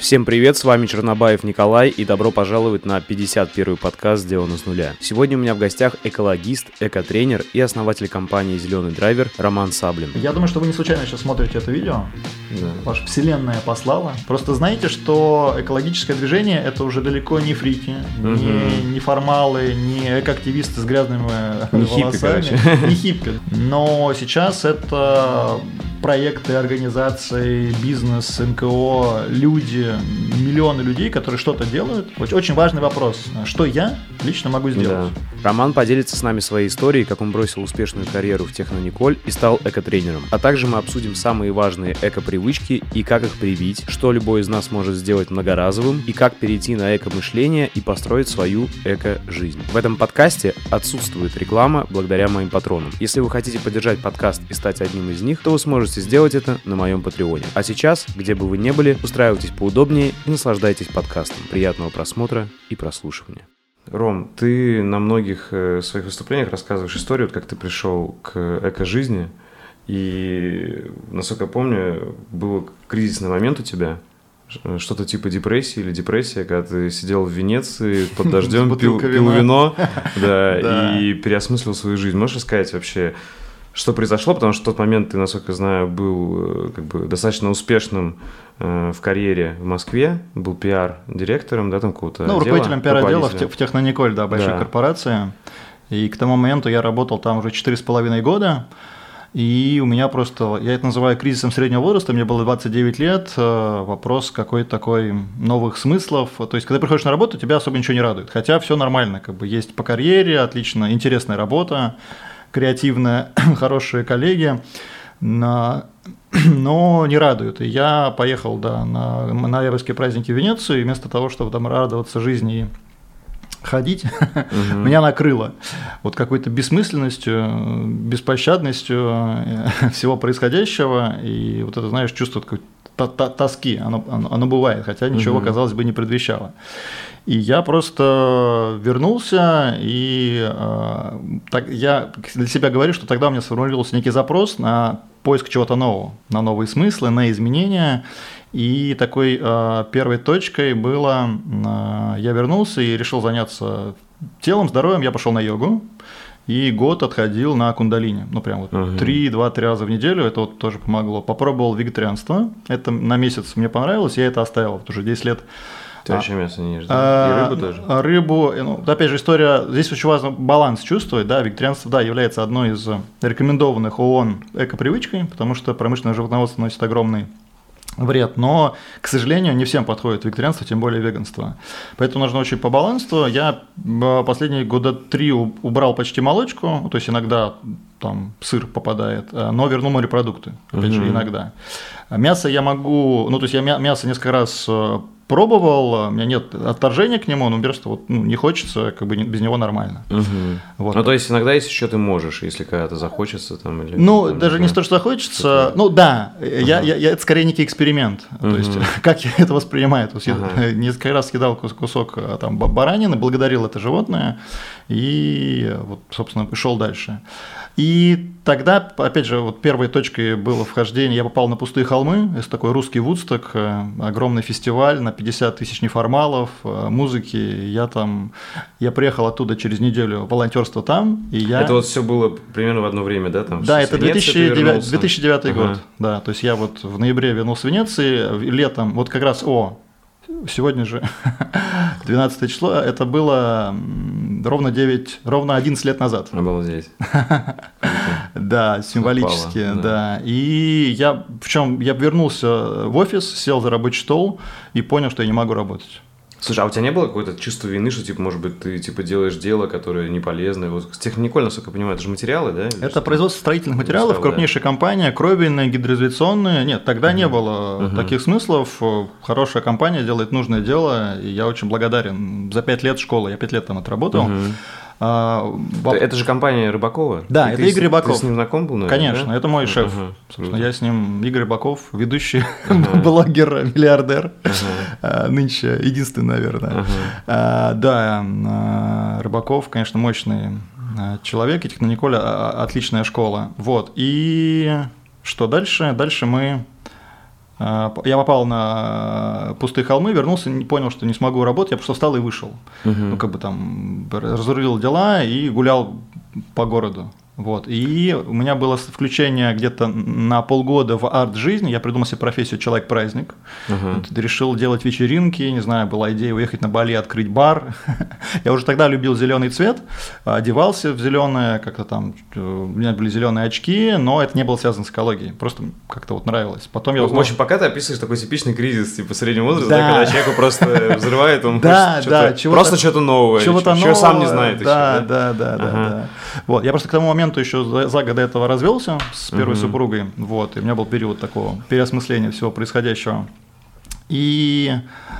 Всем привет, с вами Чернобаев Николай и добро пожаловать на 51-й подкаст «Сделано с нуля». Сегодня у меня в гостях экологист, экотренер и основатель компании «Зеленый драйвер» Роман Саблин. Я думаю, что вы не случайно сейчас смотрите это видео. Да. Ваша вселенная послала. Просто знаете, что экологическое движение — это уже далеко не фрики, не формалы, не экоактивисты с грязными волосами. Не хиппи. Но сейчас это проекты, организации, бизнес, НКО, люди, миллионы людей, которые что-то делают. Очень важный вопрос. Что я лично могу сделать? Да. Роман поделится с нами своей историей, как он бросил успешную карьеру в Технониколь и стал экотренером. А также мы обсудим самые важные эко-привычки и как их привить, что любой из нас может сделать многоразовым и как перейти на эко-мышление и построить свою эко-жизнь. В этом подкасте отсутствует реклама благодаря моим патронам. Если вы хотите поддержать подкаст и стать одним из них, то вы сможете сделать это на моем Патреоне. А сейчас, где бы вы ни были, устраивайтесь поудобнее и наслаждайтесь подкастом. Приятного просмотра и прослушивания. Ром, ты на многих своих выступлениях рассказываешь историю, как ты пришел к эко-жизни, и, насколько я помню, был кризисный момент у тебя, что-то типа депрессии или депрессия, когда ты сидел в Венеции под дождем, пил вино и переосмыслил свою жизнь. Можешь рассказать вообще, что произошло? Потому что в тот момент ты, насколько я знаю, был достаточно успешным в карьере в Москве, был пиар-директором, да, там какого-то отдела. Руководителем пиар-отдела в Технониколь, да, большой корпорации. И к тому моменту я работал там уже 4,5 года. И у меня просто, я это называю кризисом среднего возраста, мне было 29 лет, вопрос какой-то такой новых смыслов. То есть, когда приходишь на работу, тебя особо ничего не радует. Хотя все нормально, есть по карьере, отлично, интересная работа, креативная, хорошие коллеги, но не радуют. И я поехал на ноябрьские праздники в Венецию, и вместо того, чтобы там радоваться жизни и ходить, меня накрыло вот какой-то бессмысленностью, беспощадностью всего происходящего, и вот это, знаешь, чувство тоски, оно бывает, хотя ничего, казалось бы, не предвещало. И я просто вернулся, и я для себя говорю, что тогда у меня сформулировался некий запрос на поиск чего-то нового, на новые смыслы, на изменения. И такой первой точкой было, я вернулся и решил заняться телом, здоровьем, я пошел на йогу. И год отходил на кундалини, прям вот 2-3 раза в неделю, это вот тоже помогло. Попробовал вегетарианство, это на месяц мне понравилось, я это оставил, уже 10 лет. Ты вообще мясо не ешь, да? И рыбу тоже? Рыбу, опять же, история, здесь очень важно баланс чувствовать, да, вегетарианство, да, является одной из рекомендованных ООН эко-привычкой, потому что промышленное животноводство носит огромный вред, но, к сожалению, не всем подходит вегетарианство, тем более веганство. Поэтому нужно очень по балансу. Я последние года 3 убрал почти молочку, то есть иногда там сыр попадает, но вернул морепродукты, опять же, иногда. Мясо я могу, то есть я мясо несколько раз пробовал, у меня нет отторжения к нему, но просто не хочется, без него нормально. Вот. То есть иногда, если еще ты можешь, если когда-то захочется там или. Даже не то, что захочется, это скорее некий эксперимент. То есть, как я это воспринимаю. То есть, я несколько раз съедал кусок там баранины, благодарил это животное и вот, собственно, шел дальше. И тогда, опять же, первой точкой было вхождение, я попал на пустые холмы, это такой русский Вудсток, огромный фестиваль на 50 тысяч неформалов, музыки, я приехал оттуда через неделю, волонтерство там, и я… Это вот все было примерно в одно время, да? Да, это 2009 год, да, то есть я вот в ноябре вернулся в Венеции, летом, вот как раз, сегодня же 12 число, это было ровно 11 лет назад. Обалдеть. Да, символически, Совпало, да. И я вернулся в офис, сел за рабочий стол и понял, что я не могу работать. Слушай, а у тебя не было какое-то чувство вины, что, может быть, ты, делаешь дело, которое не полезное? Вот Технониколь, насколько я понимаю, это же материалы, да? Это производство строительных материалов, крупнейшая компания, кровельная, гидроизоляционная. Нет, тогда не было таких смыслов. Хорошая компания делает нужное дело, и я очень благодарен. За 5 лет школы, я 5 лет там отработал. Это же компания Рыбакова? Да, это Игорь Рыбаков. Ты с ним знаком был, наверное? Конечно, это мой шеф. Собственно, я с ним, Игорь Рыбаков, ведущий блогер, миллиардер, нынче единственный, наверное. Да, Рыбаков, конечно, мощный человек, и Технониколь отличная школа. Вот, и что дальше? Дальше мы Я попал на пустые холмы, вернулся, понял, что не смогу работать, я просто встал и вышел. Ну, как бы там разрулил дела и гулял по городу. Вот. И у меня было включение где-то на полгода в арт-жизнь. Я придумал себе профессию «Человек-праздник». Решил делать вечеринки, не знаю, была идея уехать на Бали, открыть бар. Я уже тогда любил зеленый цвет, одевался в зеленое, как-то там, у меня были зеленые очки, но это не было связано с экологией, просто как-то вот нравилось. Потом я узнал... В общем, пока ты описываешь такой типичный кризис, типа среднего возраста, да. Когда человеку просто взрывает, он просто что-то новое, чего сам не знает. Да. Вот, я просто к тому моменту еще за год до этого развелся с первой супругой, вот, и у меня был период такого переосмысления всего происходящего. И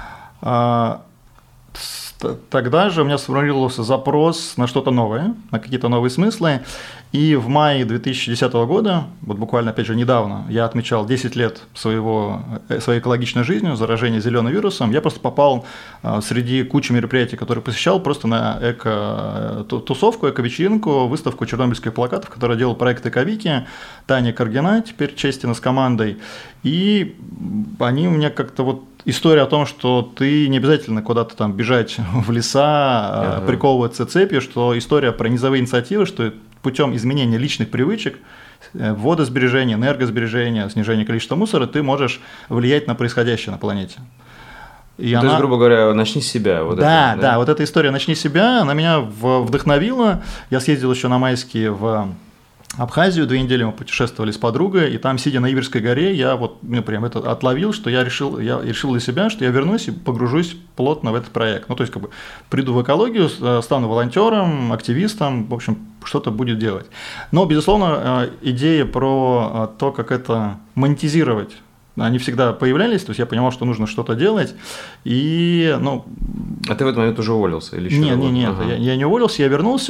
тогда же у меня сформулировался запрос на что-то новое, на какие-то новые смыслы. И в мае 2010 года, вот буквально опять же недавно, я отмечал 10 лет своей экологичной жизнью, заражения зеленым вирусом. Я просто попал среди кучи мероприятий, которые посещал, просто на эко-тусовку, эко-вечеринку, выставку чернобыльских плакатов, которую делал проект «Эковики», Таня Каргина, теперь Честина с командой. И они у меня как-то вот... История о том, что ты не обязательно куда-то там бежать в леса, приковываться цепью, что история про низовые инициативы, что путем изменения личных привычек, водосбережения, энергосбережения, снижения количества мусора, ты можешь влиять на происходящее на планете. И то есть, грубо говоря, начни с себя. Вот да, вот эта история «Начни с себя», она меня вдохновила. Я съездил еще на майские в Абхазию, 2 недели мы путешествовали с подругой, и там, сидя на Иверской горе, я вот прям это отловил, что я решил для себя, что я вернусь и погружусь плотно в этот проект. Ну, то есть, как бы приду в экологию, стану волонтером, активистом, в общем, что-то будет делать. Но, безусловно, идея про то, как это монетизировать, они всегда появлялись, то есть я понимал, что нужно что-то делать, и, ну... А ты в этот момент уже уволился? Или еще нет, я не уволился, я вернулся,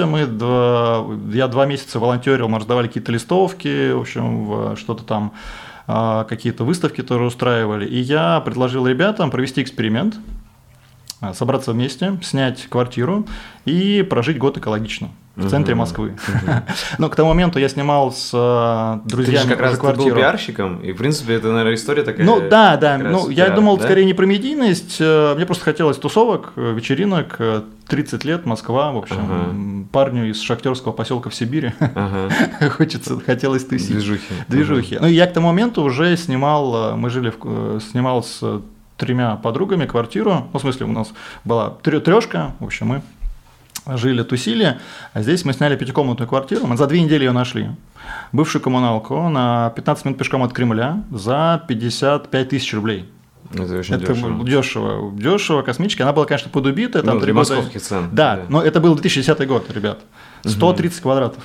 я 2 месяца волонтерил, мы раздавали какие-то листовки, в общем, что-то там, какие-то выставки тоже устраивали, и я предложил ребятам провести эксперимент, собраться вместе, снять квартиру и прожить год экологично. В центре Москвы. Но к тому моменту я снимал с друзьями ты же как раз квартиру. Ты был пиарщиком, и, в принципе, это, наверное, история такая... Ну, да. Ну, я думал, скорее не про медийность. Мне просто хотелось тусовок, вечеринок. 30 лет, Москва, в общем. Парню из шахтерского поселка в Сибири. Хотелось тусить. Движухи. Ну, и я к тому моменту уже снимал с 3 подругами квартиру. Ну, в смысле, у нас была трешка, в общем, мы жили, тусили, а здесь мы сняли 5-комнатную квартиру, мы за 2 недели ее нашли, бывшую коммуналку на 15 минут пешком от Кремля за 55 тысяч рублей. Это очень дешево, космически, она была, конечно, подубита. Ну, для московских цен. Да, но это был 2010 год, ребят, 130 квадратов.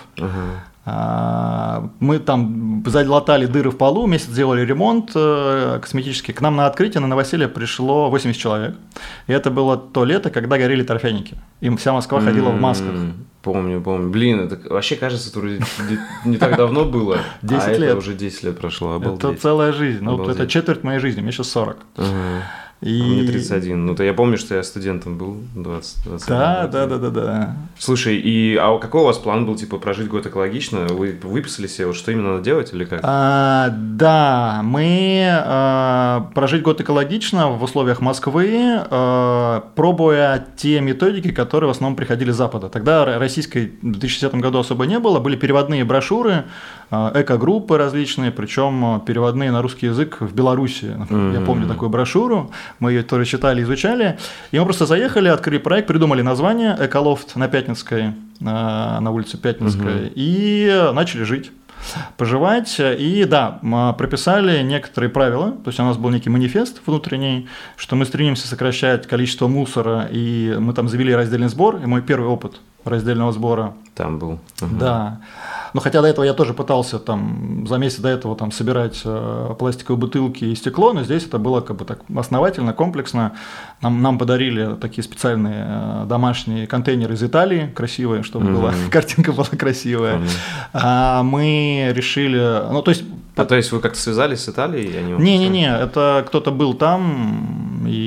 Мы там залатали дыры в полу, месяц сделали ремонт косметический. К нам на открытие, на новоселье пришло 80 человек. И это было то лето, когда горели торфяники. И вся Москва ходила в масках. Помню. Блин, это вообще кажется, это не так давно было. 10 лет. Это уже 10 лет прошло. Обалдеть. Это целая жизнь. Ну, это четверть моей жизни, мне сейчас 40. Мне 31. Ну, то я помню, что я студентом был 20. Да. Слушай, а какой у вас план был, типа, прожить год экологично? Вы выписали себе, вот что именно надо делать или как? Да, мы прожить год экологично в условиях Москвы, пробуя те методики, которые в основном приходили с Запада. Тогда российской в 2010 году особо не было, были переводные брошюры, эко-группы различные, причем переводные на русский язык в Беларуси. Я помню такую брошюру. Мы ее тоже читали, изучали. И мы просто заехали, открыли проект, придумали название «Эколофт» на Пятницкой, на улице Пятницкой, и начали жить, поживать. И да, мы прописали некоторые правила, то есть у нас был некий манифест внутренний, что мы стремимся сокращать количество мусора, и мы там завели раздельный сбор, и мой первый опыт раздельного сбора. Там был. Да. Но хотя до этого я тоже пытался там, за месяц до этого там, собирать пластиковые бутылки и стекло, но здесь это было как бы так основательно, комплексно. Нам подарили такие специальные домашние контейнеры из Италии, красивые, чтобы картинка была красивая. Мы решили... Ну, то есть вы как-то связались с Италией? Не, это кто-то был там и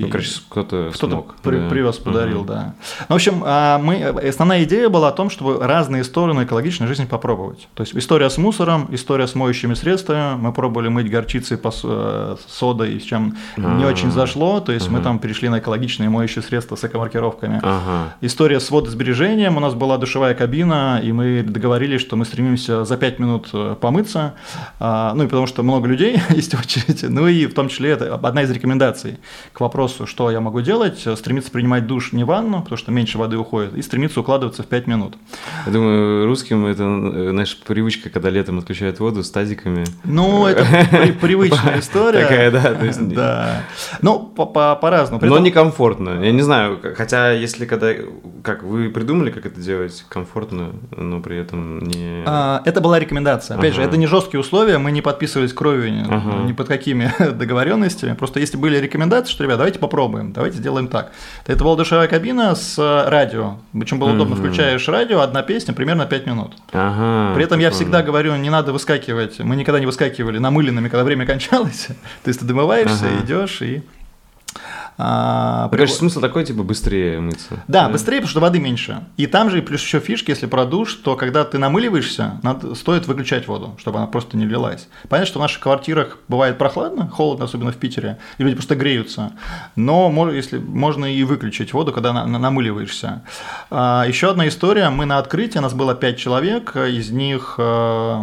короче, кто-то смог. Привез, подарил, да. Ну, в общем, основная идея была о том, чтобы разные стороны экологичной жизни попробовать. То есть история с мусором, история с моющими средствами. Мы пробовали мыть горчицей, содой, с чем не очень зашло. То есть мы там перешли на экологичные моющие средства с экомаркировками. История с водосбережением. У нас была душевая кабина, и мы договорились, что мы стремимся за 5 минут помыться. Ну и потому что много людей есть очередь. Ну и в том числе это одна из рекомендаций к вопросу, что я могу делать, стремиться принимать душ не в ванну, потому что меньше воды уходит, и стремиться укладываться в 5 минут. Я думаю, русским это, знаешь, привычка, когда летом отключают воду с тазиками. Ну, это привычная история. Такая, да. Да. Ну, по-разному. Но некомфортно. Я не знаю, хотя если как вы придумали, как это делать комфортно, но при этом не... Это была рекомендация. Опять же, это не жесткие условия, мы не подписывались кровью ни под какими договоренностями. Просто если были рекомендации, что, ребят, давайте попробуем, давайте сделаем так. Это была душевая кабина с радио. Причем было удобно, включаешь радио, одна песня, примерно 5 минут. При этом я всегда говорю, не надо выскакивать. Мы никогда не выскакивали намыленными, когда время кончалось. То есть ты домываешься, идешь и... Короче, смысл такой, типа, быстрее мыться. Да, быстрее, потому что воды меньше. И там же плюс еще фишки, если про душ, то когда ты намыливаешься, стоит выключать воду, чтобы она просто не лилась. Понятно, что в наших квартирах бывает прохладно, холодно, особенно в Питере, и люди просто греются. Но если можно и выключить воду, когда намыливаешься. Еще одна история. Мы на открытии, у нас было 5 человек, из них 2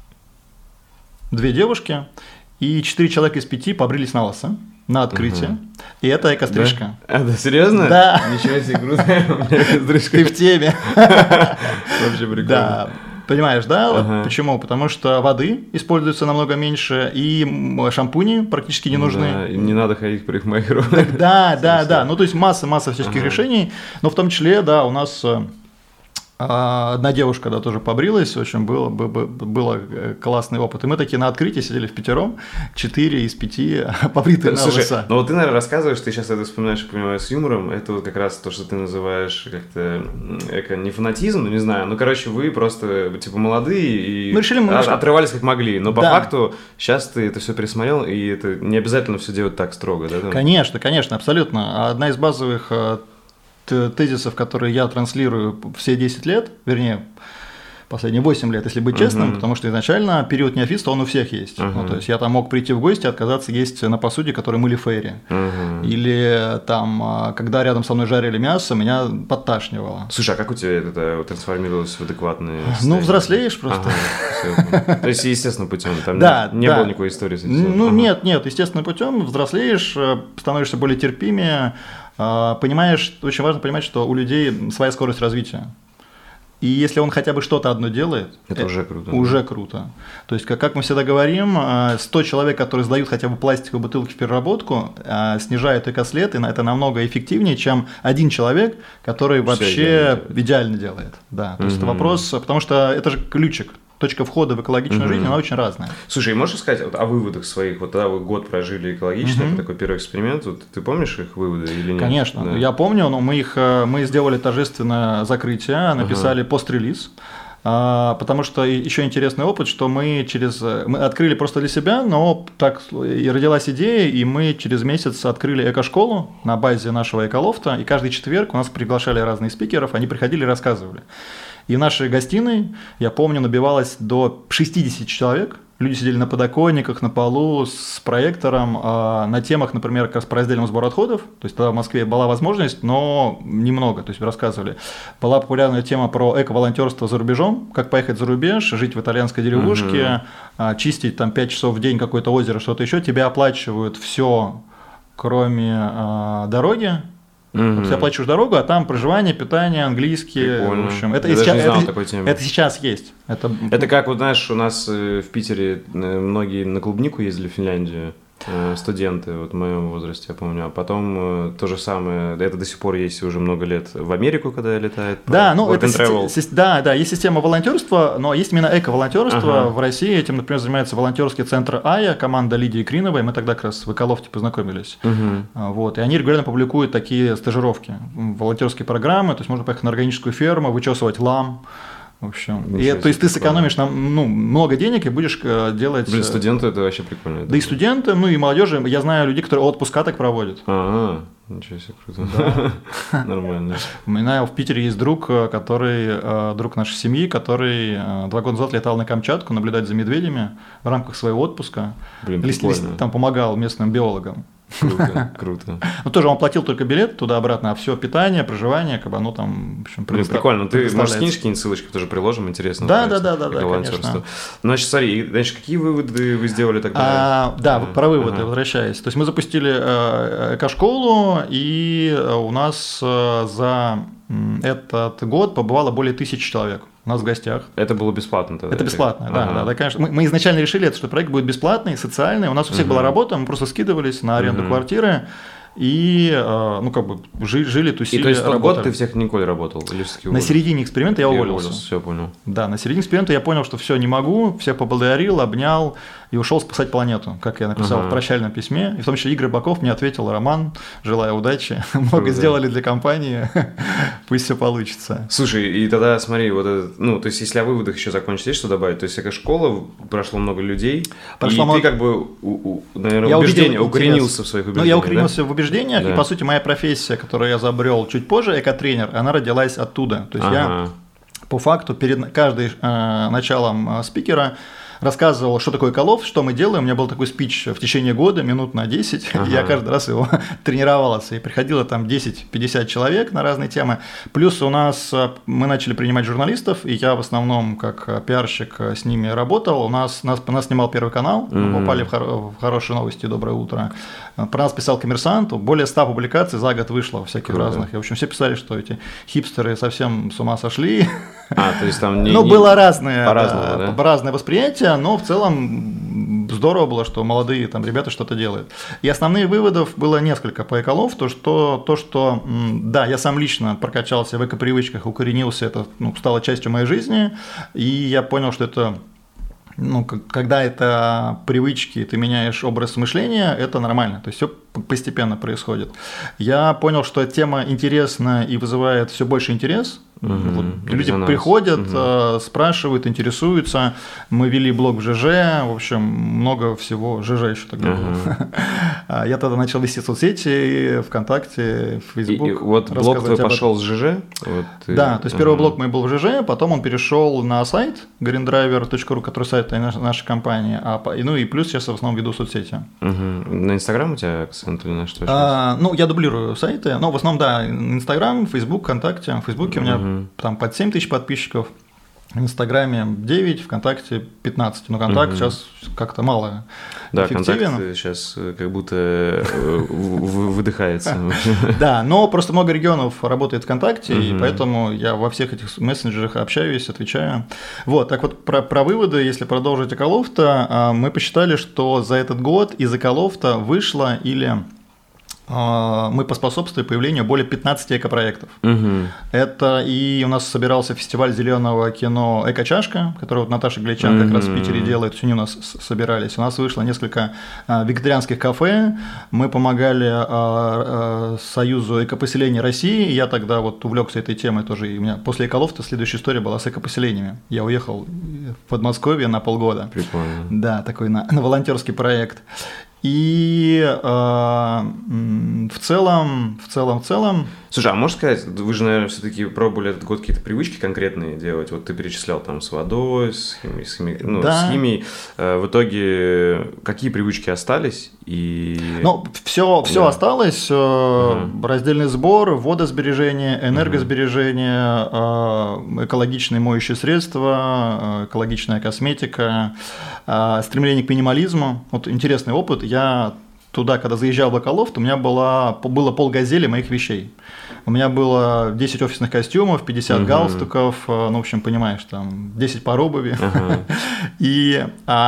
девушки, и 4 человека из 5 побрились на лысо. На открытие. И это эко-стрижка. Да, серьезно? Да. Ничего себе, круто. У меня эко-стрижка. Ты в теме. Вообще прикольно. Да. Понимаешь, да? Почему? Потому что воды используется намного меньше, и шампуни практически не нужны. Да, не надо ходить к парикмахеру. Да. Ну, то есть масса всяческих решений. Но в том числе, да, у нас... Одна девушка, да, тоже побрилась, в общем, было классный опыт. И мы такие на открытии сидели впятером, 4 из 5 побритые на лысо. Слушай, ну вот ты, наверное, рассказываешь, ты сейчас это вспоминаешь, я понимаю, с юмором, это вот как раз то, что ты называешь как-то не фанатизм, ну не знаю, ну короче, вы просто типа молодые и отрывались как могли, но по факту сейчас ты это все пересмотрел, и это не обязательно все делать так строго, да? Конечно, абсолютно. Одна из базовых тезисов, которые я транслирую все 10 лет, вернее, последние 8 лет, если быть честным, потому что изначально период неофитства, он у всех есть. Ну, то есть я там мог прийти в гости, отказаться есть на посуде, которую мыли фейри. Или там, когда рядом со мной жарили мясо, меня подташнивало. Слушай, а как у тебя это трансформировалось в адекватные состояния? Ну, взрослеешь просто. То есть естественным путем, там не было никакой истории с этим? Ну, нет, естественным путем взрослеешь, становишься более терпимее, понимаешь, очень важно понимать, что у людей своя скорость развития. И если он хотя бы что-то одно делает, это уже круто. Уже круто. То есть, как мы всегда говорим, 100 человек, которые сдают хотя бы пластиковые бутылки в переработку, снижают экослед, и это намного эффективнее, чем один человек, который вообще идеально делает. Да, то есть это вопрос, потому что это же ключик. Точка входа в экологичную жизнь, она очень разная. Слушай, можешь сказать о выводах своих? Вот тогда вы год прожили экологично, это такой первый эксперимент. Вот, ты помнишь их выводы или нет? Конечно, да. Я помню, но мы сделали торжественное закрытие, написали пост-релиз. Потому что еще интересный опыт, что мы открыли просто для себя, но так и родилась идея, и мы через месяц открыли эко-школу на базе нашего эколофта, и каждый четверг у нас приглашали разных спикеров, они приходили и рассказывали. И в нашей гостиной, я помню, набивалось до 60 человек. Люди сидели на подоконниках, на полу с проектором на темах, например, как раз по раздельному сбору отходов. То есть тогда в Москве была возможность, но немного, то есть рассказывали. Была популярная тема про эко-волонтерство за рубежом, как поехать за рубеж, жить в итальянской деревушке, чистить там 5 часов в день какое-то озеро, что-то еще. Тебе оплачивают все, кроме дороги. Ты оплачиваешь дорогу, а там проживание, питание, английский. Прикольно. В общем, это сейчас есть. Это как, вот знаешь, у нас в Питере многие на клубнику ездили в Финляндию. Студенты вот в моем возрасте, я помню. А потом то же самое, это до сих пор есть уже много лет в Америку, когда летает. Да, ну это есть система волонтерства, но есть именно эко-волонтерство. В России этим, например, занимается волонтерский центр АЯ, команда Лидии Криновой. Мы тогда как раз в Эколофте познакомились. Вот, и они регулярно публикуют такие стажировки, волонтерские программы. То есть можно поехать на органическую ферму, вычесывать лам. В общем, то есть ты сэкономишь много денег и будешь делать... Блин, студенты это вообще прикольно. Да и студенты, и молодежи. Я знаю людей, которые отпуска так проводят. Ничего себе, круто. Да. Нормально. У меня в Питере есть друг, друг нашей семьи, который 2 года назад летал на Камчатку наблюдать за медведями в рамках своего отпуска. Блин, прикольно. Там помогал местным биологам. Круто. Тоже он платил только билет туда-обратно, а все питание, проживание, оно там, в общем, прикольно. Ты можешь скинешь какие-нибудь ссылочки, тоже приложим, интересно. Да, конечно. Значит, смотри, какие выводы вы сделали тогда? Про выводы, возвращаясь. То есть мы запустили экошколу, и у нас за этот год побывало более 1000 человек. У нас в гостях. Это было бесплатно тогда? Это бесплатно, да, конечно. Мы изначально решили, что проект будет бесплатный, социальный. У нас у всех была работа, мы просто скидывались на аренду квартиры и, жили, тусили, и то есть работали. Год ты в Технониколе работал? Или на середине эксперимента я уволился. Все, понял. Да, на середине эксперимента я понял, что все, не могу, всех поблагодарил, обнял и ушел спасать планету, как я написал в прощальном письме. И в том числе Игорь Баков мне ответил: Роман, желаю удачи, много сделали для компании, пусть все получится. Слушай, и тогда смотри, то есть если о выводах еще закончить, есть что добавить? То есть экошкола, прошло много людей, ты наверное, укоренился в своих убеждениях. Я укоренился в убеждениях, и по сути моя профессия, которую я изобрел чуть позже, экотренер, она родилась оттуда. То есть я по факту перед каждым началом спикера рассказывал, что такое эколов, что мы делаем. У меня был такой спич в течение года, минут на 10. Я каждый раз его тренировался. И приходило там 10-50 человек на разные темы. Плюс мы начали принимать журналистов, и я в основном как пиарщик с ними работал. Нас снимал Первый канал, мы попали в хорошие новости «Доброе утро». Про нас писал «Коммерсант», более 100 публикаций за год вышло всяких разных. И, в общем, все писали, что эти хипстеры совсем с ума сошли. То есть там было разное восприятие, но в целом здорово было, что молодые там ребята что-то делают. И основных выводов было несколько по эколов. То, что я сам лично прокачался в экопривычках, укоренился, это стало частью моей жизни, и я понял, что это... когда это привычки, ты меняешь образ мышления, это нормально, то есть все постепенно происходит. Я понял, что тема интересна и вызывает все больше интерес. Люди приходят, спрашивают, интересуются. Мы вели блог в ЖЖ, в общем, много всего. ЖЖ еще тогда было. Я тогда начал вести соцсети, ВКонтакте, Facebook. И вот блог твой пошел с ЖЖ? Да, то есть первый блог мой был в ЖЖ, потом он перешел на сайт greendriver.ru, который сайт нашей компании. И плюс сейчас в основном веду соцсети. На Инстаграм у тебя акцент или на что? Я дублирую сайты, но в основном, да, Инстаграм, Фейсбук, ВКонтакте. В Фейсбуке у меня там под 7 тысяч подписчиков, в Инстаграме 9, ВКонтакте 15. Но Контакт сейчас как-то мало эффективен. Контакт сейчас как будто выдыхается. Да, но просто много регионов работает ВКонтакте, и поэтому я во всех этих мессенджерах общаюсь, отвечаю. Так вот, про выводы, если продолжить Эколофта, мы посчитали, что за этот год из Эколофта вышло мы поспособствовали появлению более 15 экопроектов. Это и у нас собирался фестиваль зеленого кино «Эко-чашка», который Наташа Гличан как раз в Питере делает, они у нас собирались. У нас вышло несколько вегетарианских кафе, мы помогали Союзу экопоселений России, я тогда увлекся этой темой тоже, и у меня после Эколофта следующая история была с экопоселениями. Я уехал в Подмосковье на полгода. Прикольно. Да, такой на волонтерский проект. И в целом... Слушай, а можешь сказать, вы же, наверное, все-таки пробовали этот год какие-то привычки конкретные делать? Вот ты перечислял там с водой, с химией. В итоге какие привычки остались? Все осталось. Раздельный сбор, водосбережение, энергосбережение, экологичные моющие средства, экологичная косметика, стремление к минимализму. Вот интересный опыт. Я туда, когда заезжал в Эколофт, у меня было полгазели моих вещей. У меня было 10 офисных костюмов, 50 галстуков, в общем, понимаешь, там 10 пар обуви. И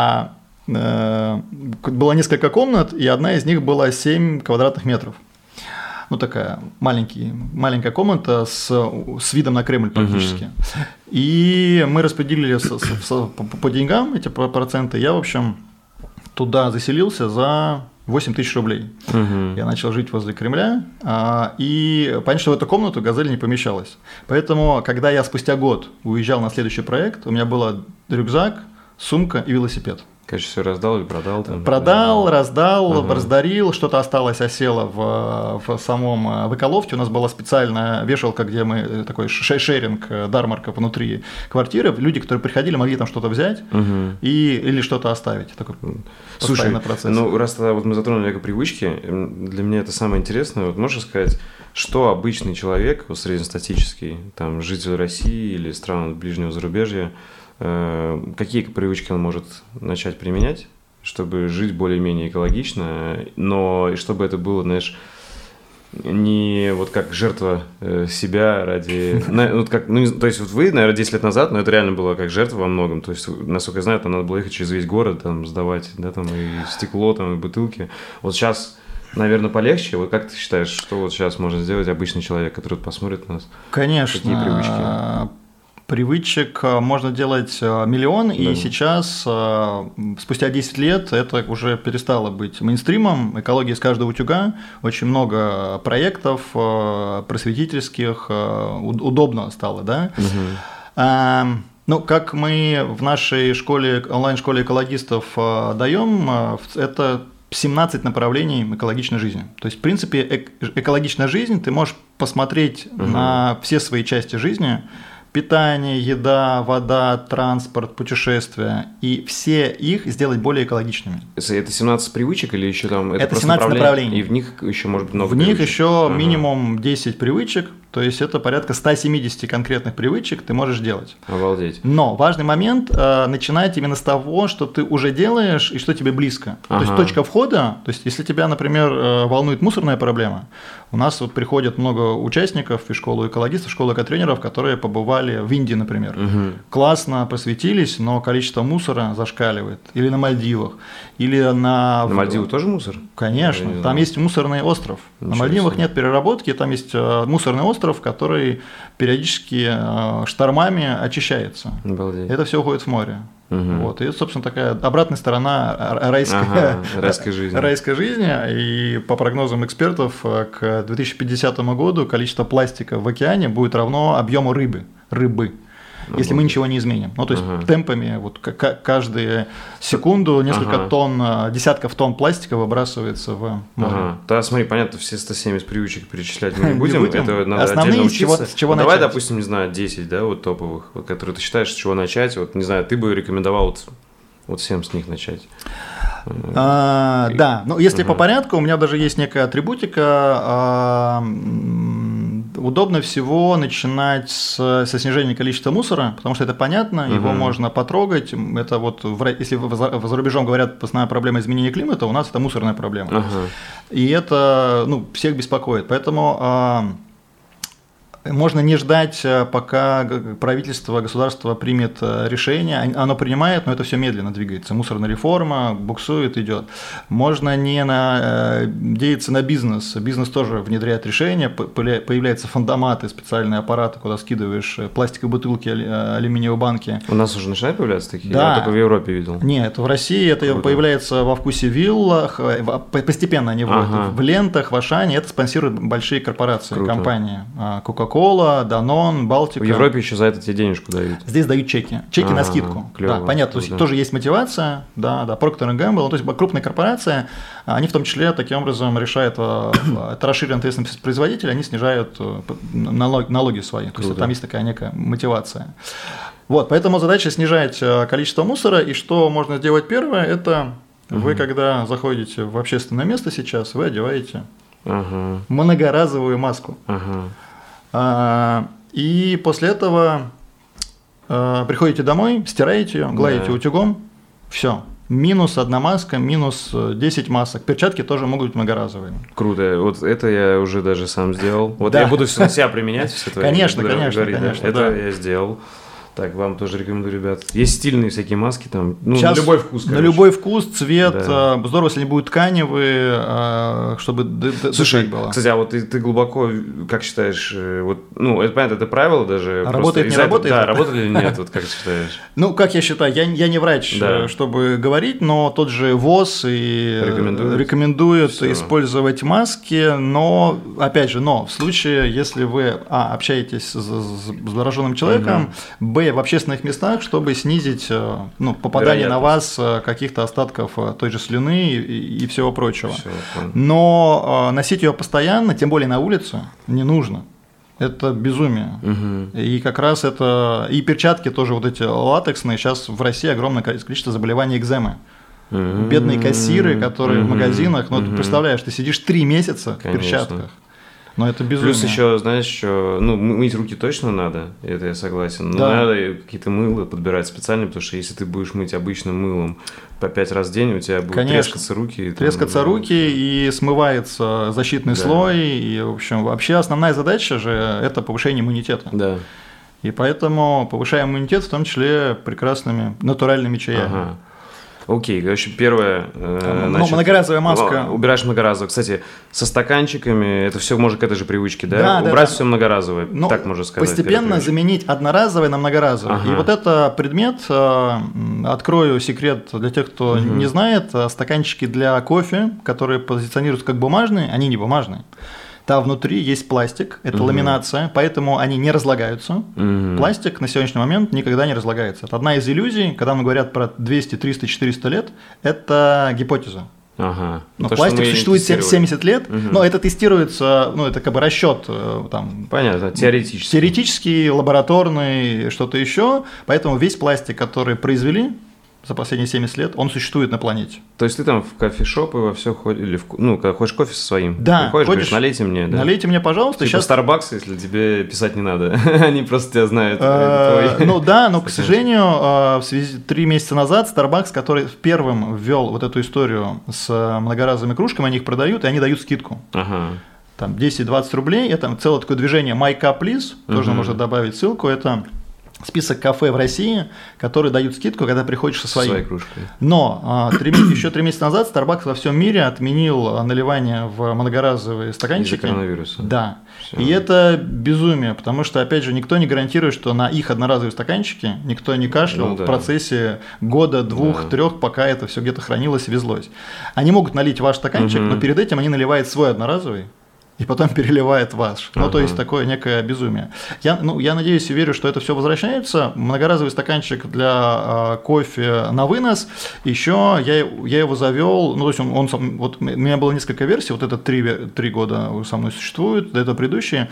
было несколько комнат, и одна из них была 7 квадратных метров. Такая маленькая комната с видом на Кремль практически. И мы распределили по деньгам эти проценты. Я, в общем, туда заселился за 8 тысяч рублей. Я начал жить возле Кремля, и понятно, что в эту комнату «Газель» не помещалась. Поэтому, когда я спустя год уезжал на следующий проект, у меня был рюкзак, сумка и велосипед. Конечно, все раздал или продал? Продал, раздал, раздарил, что-то осталось, осело в самом в Эколофте. У нас была специальная вешалка, где мы такой шеринг Дармарка внутри квартиры. Люди, которые приходили, могли там что-то взять или что-то оставить. Такой постоянный процесс. Ну раз тогда вот мы затронули эко-привычки, для меня это самое интересное. Вот можешь сказать, что обычный человек, вот среднестатистический, там, житель России или стран ближнего зарубежья, какие привычки он может начать применять, чтобы жить более-менее экологично, но чтобы это было, знаешь, не вот как жертва себя ради... то есть вот вы, наверное, 10 лет назад, но это реально было как жертва во многом. То есть, насколько я знаю, там надо было ехать через весь город, там, сдавать, да, там, и стекло, там, и бутылки. Вот сейчас, наверное, полегче. Вот как ты считаешь, что вот сейчас можно сделать обычный человек, который посмотрит на нас? Конечно. Какие привычки? Привычек можно делать миллион, да. И сейчас, спустя 10 лет, это уже перестало быть мейнстримом. Экология из каждого утюга, очень много проектов просветительских, удобно стало, да? Ну, как мы в нашей школе, онлайн-школе экологистов даем, это 17 направлений экологичной жизни. То есть, в принципе, экологичная жизнь, ты можешь посмотреть на все свои части жизни: питание, еда, вода, транспорт, путешествия, и все их сделать более экологичными. Это 17 привычек или еще там? Это 17 направлений. И в них еще может быть много В привычек? них еще минимум 10 привычек, то есть это порядка 170 конкретных привычек ты можешь делать. Обалдеть. Но важный момент начинать именно с того, что ты уже делаешь и что тебе близко. То есть точка входа, то есть если тебя, например, волнует мусорная проблема, у нас вот приходят много участников из школы экологистов, школы экотренеров, которые побывали в Индии, например. Классно просветились, но количество мусора зашкаливает. Или на Мальдивах, или на... На Мальдивах тоже мусор? Конечно, там есть мусорный остров. На Мальдивах нет переработки, там есть мусорный остров, который периодически штормами очищается. Обалдеть. Это все уходит в море. Вот. И, собственно, такая обратная сторона райской жизни. И по прогнозам экспертов, к 2050 году количество пластика в океане будет равно объему рыбы. Если мы ничего не изменим. Ну, то есть темпами вот каждую секунду несколько тонн, десятков тонн пластика выбрасывается в море. Да, смотри, понятно, все 170 привычек перечислять мы не будем. Это надо основные, отдельно учиться. С чего Давай, начать? допустим, не знаю, 10, да, вот топовых, вот, которые ты считаешь, с чего начать. Вот, не знаю, ты бы рекомендовал вот всем с них начать. Да, ну если по порядку, у меня даже есть некая атрибутика. Удобно всего начинать со снижения количества мусора, потому что это понятно, его можно потрогать. Это вот, если за рубежом говорят, основная проблема изменения климата, у нас это мусорная проблема. И это всех беспокоит. Поэтому можно не ждать, пока правительство, государство примет решение. Оно принимает, но это все медленно двигается. Мусорная реформа буксует, идет. Можно не надеяться на бизнес. Бизнес тоже внедряет решения. Появляются фондоматы, специальные аппараты, куда скидываешь пластиковые бутылки, алюминиевые банки. У нас уже начинают появляться такие? Да. Я только в Европе видел. Нет, в России это появляется во вкусе виллах. Постепенно они в лентах, в Ашане. Это спонсируют большие корпорации, компании. Coca-Cola, Danone, Балтика. В Европе еще за это тебе денежку дают. Здесь дают чеки на скидку. Клево, да, понятно, то есть тоже есть мотивация, да, Procter & Gamble, то есть крупные корпорации, они в том числе таким образом решают, это расширенная ответственность производителя, они снижают налоги свои, то есть там есть такая некая мотивация. Вот, поэтому задача снижать количество мусора, и что можно сделать первое, это вы, когда заходите в общественное место сейчас, вы одеваете многоразовую маску. И после этого приходите домой, стираете ее, гладите утюгом, все. Минус 1 маска, минус 10 масок. Перчатки тоже могут быть многоразовые. Круто. Вот это я уже даже сам сделал. Вот я буду на себя применять все твои. Конечно. Это я сделал. Так, вам тоже рекомендую, ребят. Есть стильные всякие маски там, ну, Сейчас на любой вкус, короче. На любой вкус, цвет. Да. Здорово, если они будут тканевые, чтобы Слушай, было. кстати, а вот ты глубоко, как считаешь, вот, ну, это понятно, это правило даже. Работает, не работает? Да, работает или нет, вот как ты считаешь? Ну, как я считаю, я не врач, чтобы говорить, но тот же ВОЗ и рекомендует использовать маски, но, опять же, в случае, если вы, общаетесь с зараженным человеком, б, в общественных местах, чтобы снизить попадание на вас каких-то остатков той же слюны и всего прочего. Но носить ее постоянно, тем более на улице, не нужно. Это безумие. И как раз это... И перчатки тоже вот эти латексные. Сейчас в России огромное количество заболеваний экземы. Бедные кассиры, которые в магазинах... Ну, ты представляешь, ты сидишь 3 месяца в перчатках. Но это безумие. Плюс еще, знаешь, мыть руки точно надо, это я согласен. Но надо какие-то мыла подбирать специально, потому что если ты будешь мыть обычным мылом по 5 раз в день, у тебя будут трескаться руки. Трескаться руки, и смывается защитный слой. И, в общем, вообще основная задача же – это повышение иммунитета. Да. И поэтому повышаем иммунитет, в том числе прекрасными натуральными чаями. Окей, короче, первое. Многоразовая маска. Убираешь многоразово. Кстати, со стаканчиками это все может к этой же привычке, да? Убрать все многоразовое, так можно сказать. Постепенно заменить одноразовое на многоразовое. И вот это предмет, открою секрет для тех, кто не знает, стаканчики для кофе, которые позиционируются как бумажные, они не бумажные. Там внутри есть пластик, это ламинация, поэтому они не разлагаются. Пластик на сегодняшний момент никогда не разлагается. Это одна из иллюзий, когда нам говорят про 200, 300, 400 лет, это гипотеза. Но пластик существует 70 лет, но это тестируется, это как бы расчет. Понятно, теоретически. Теоретический, лабораторный, что-то еще. Поэтому весь пластик, который произвели за последние 70 лет, он существует на планете. То есть ты там в кофешопы во все ходишь, или когда хочешь кофе со своим, приходишь, говоришь, налейте мне, да? Налейте мне, пожалуйста. Типа Starbucks, если тебе писать не надо, они просто тебя знают. Но, к сожалению, в связи 3 месяца назад Starbucks, который первым ввел вот эту историю с многоразовыми кружками, они их продают, и они дают скидку. Там 10-20 рублей, это целое такое движение My Cup Please, тоже можно добавить ссылку, это список кафе в России, которые дают скидку, когда приходишь со своей кружкой. Но еще 3 месяца назад Starbucks во всем мире отменил наливание в многоразовые стаканчики. Из-за коронавируса. Да. И это безумие, потому что, опять же, никто не гарантирует, что на их одноразовые стаканчики никто не кашлял в процессе года, 2-3, пока это все где-то хранилось и везлось. Они могут налить ваш стаканчик, но перед этим они наливают свой одноразовый и потом переливает ваш. То есть такое некое безумие. Я надеюсь и верю, что это все возвращается. Многоразовый стаканчик для кофе на вынос. Еще я его завел, то есть вот у меня было несколько версий, вот это 3 года со мной существует, это предыдущие,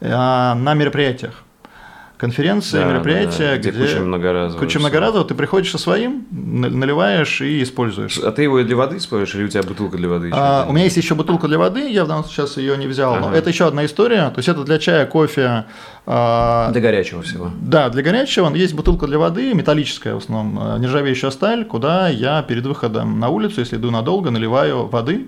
на мероприятиях. Конференции, мероприятия, где куча многоразового. Куча многоразового, ты приходишь со своим, наливаешь и используешь. А ты его для воды используешь или у тебя бутылка для воды? У меня есть еще бутылка для воды, я в данном случае сейчас ее не взял, но это еще одна история, то есть это для чая, кофе. Для горячего всего. Да, для горячего. Есть бутылка для воды, металлическая в основном, нержавеющая сталь, куда я перед выходом на улицу, если иду надолго, наливаю воды.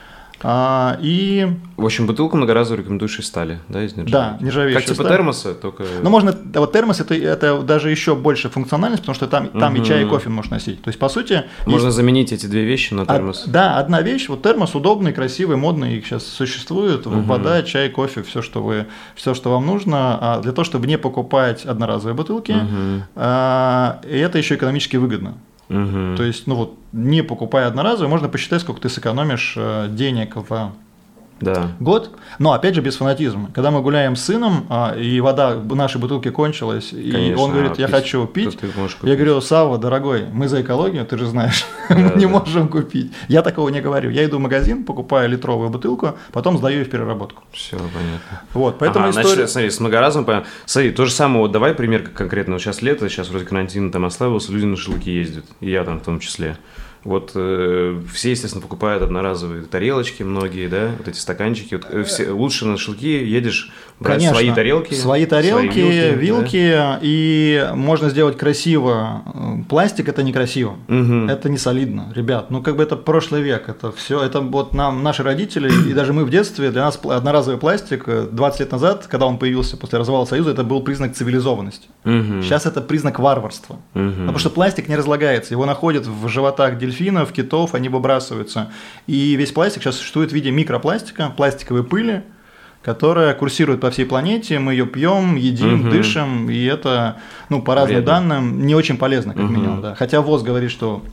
В общем, бутылку многоразовую рекомендуешь из стали, да, из нержавейки? Да, нержавеющая как типа сталь. термоса, только... можно, вот термос это даже еще больше функциональность, потому что там и чай, и кофе можешь носить. То есть, по сути... Можно заменить эти 2 вещи на термос. Одна вещь, вот термос удобный, красивый, модный, их сейчас существует, вода, чай, кофе, все, что вам нужно, для того, чтобы не покупать одноразовые бутылки, и это еще экономически выгодно. То есть, не покупая одноразовые, можно посчитать, сколько ты сэкономишь денег в год, но опять же без фанатизма. Когда мы гуляем с сыном, и вода в нашей бутылке кончилась, конечно, и он говорит, я хочу пить, я говорю, Савва, дорогой, мы за экологию, ты же знаешь, мы не можем купить. Я такого не говорю. Я иду в магазин, покупаю литровую бутылку, потом сдаю ее в переработку. Все понятно. Вот, поэтому история... Значит, смотри, с многоразовым, понятно. Смотри, то же самое, вот давай пример конкретно. Вот сейчас лето, сейчас вроде карантин там ослабился, люди на шашлыки ездят, и я там в том числе. Вот все, естественно, покупают одноразовые тарелочки многие, да, вот эти стаканчики. Вот, лучше на шашлыки едешь, брать свои тарелки. Свои тарелки, вилки, да? И можно сделать красиво. Пластик – это некрасиво, это не солидно, ребят. Ну, как бы это прошлый век, это все, это вот нам, наши родители, и даже мы в детстве, для нас одноразовый пластик 20 лет назад, когда он появился после развала Союза, это был признак цивилизованности. Сейчас это признак варварства. Потому что пластик не разлагается, его находят в животах дельфинов, китов, они выбрасываются. И весь пластик сейчас существует в виде микропластика, пластиковой пыли, которая курсирует по всей планете, мы ее пьем, едим, дышим, и это, ну, по разным данным, не очень полезно, как минимум. Да. Хотя ВОЗ говорит, что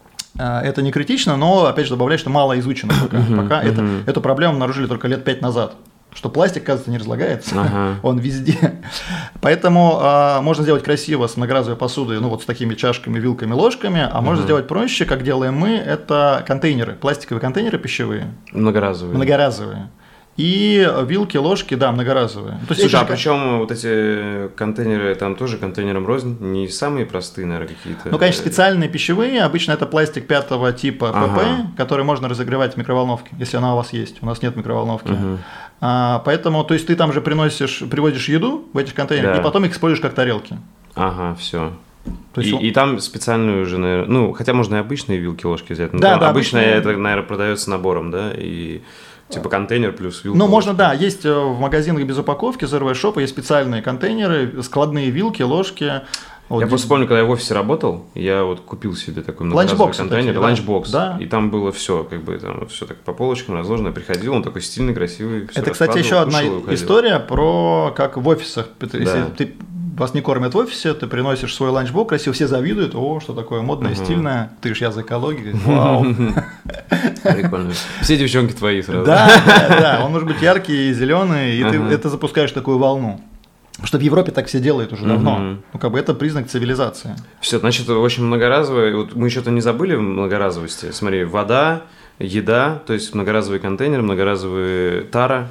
это не критично, но, опять же, добавляет, что мало изучено пока. Эту проблему обнаружили только лет 5 назад. Что пластик, кажется, не разлагается, он везде. Поэтому можно сделать красиво с многоразовой посудой, ну вот с такими чашками, вилками, ложками, а можно сделать проще, как делаем мы, это контейнеры, пластиковые контейнеры пищевые. Многоразовые. И вилки, ложки, да, многоразовые. То есть, слушай, причем вот эти контейнеры, там тоже контейнером рознь, не самые простые, наверное, какие-то. Ну, конечно, специальные пищевые, обычно это пластик 5-го типа ПП, который можно разогревать в микроволновке, если она у вас есть, у нас нет микроволновки. Поэтому, то есть ты там же привозишь еду в этих контейнерах, и потом их используешь как тарелки. Ага, все. И там специальную уже, наверное, ну, хотя можно и обычные вилки, ложки взять, но да, обычно это, наверное, продается набором, да, и типа контейнер плюс вилка. Ну, можно, да, есть в магазинах без упаковки, Zero Shop, есть специальные контейнеры, складные вилки, ложки. Вот я просто помню, когда я в офисе работал, я вот купил себе такой многоразовый контейнер, ланчбокс, да. И там было все, как бы там все так по полочкам разложено, я приходил, он такой стильный, красивый. Это, кстати, еще одна история про как в офисах, если вас не кормят в офисе, ты приносишь свой ланчбокс, красиво, все завидуют, о, что такое модное, стильное, ты ж я за экологию, вау. Прикольно. Все девчонки твои сразу. Да, он может быть яркий и зеленый, и ты это запускаешь такую волну. Потому что в Европе так все делают уже давно. Ну, как бы это признак цивилизации. Все, значит, очень многоразовое. Вот мы что-то не забыли в многоразовости. Смотри, вода, еда, то есть многоразовый контейнер, многоразовые тара.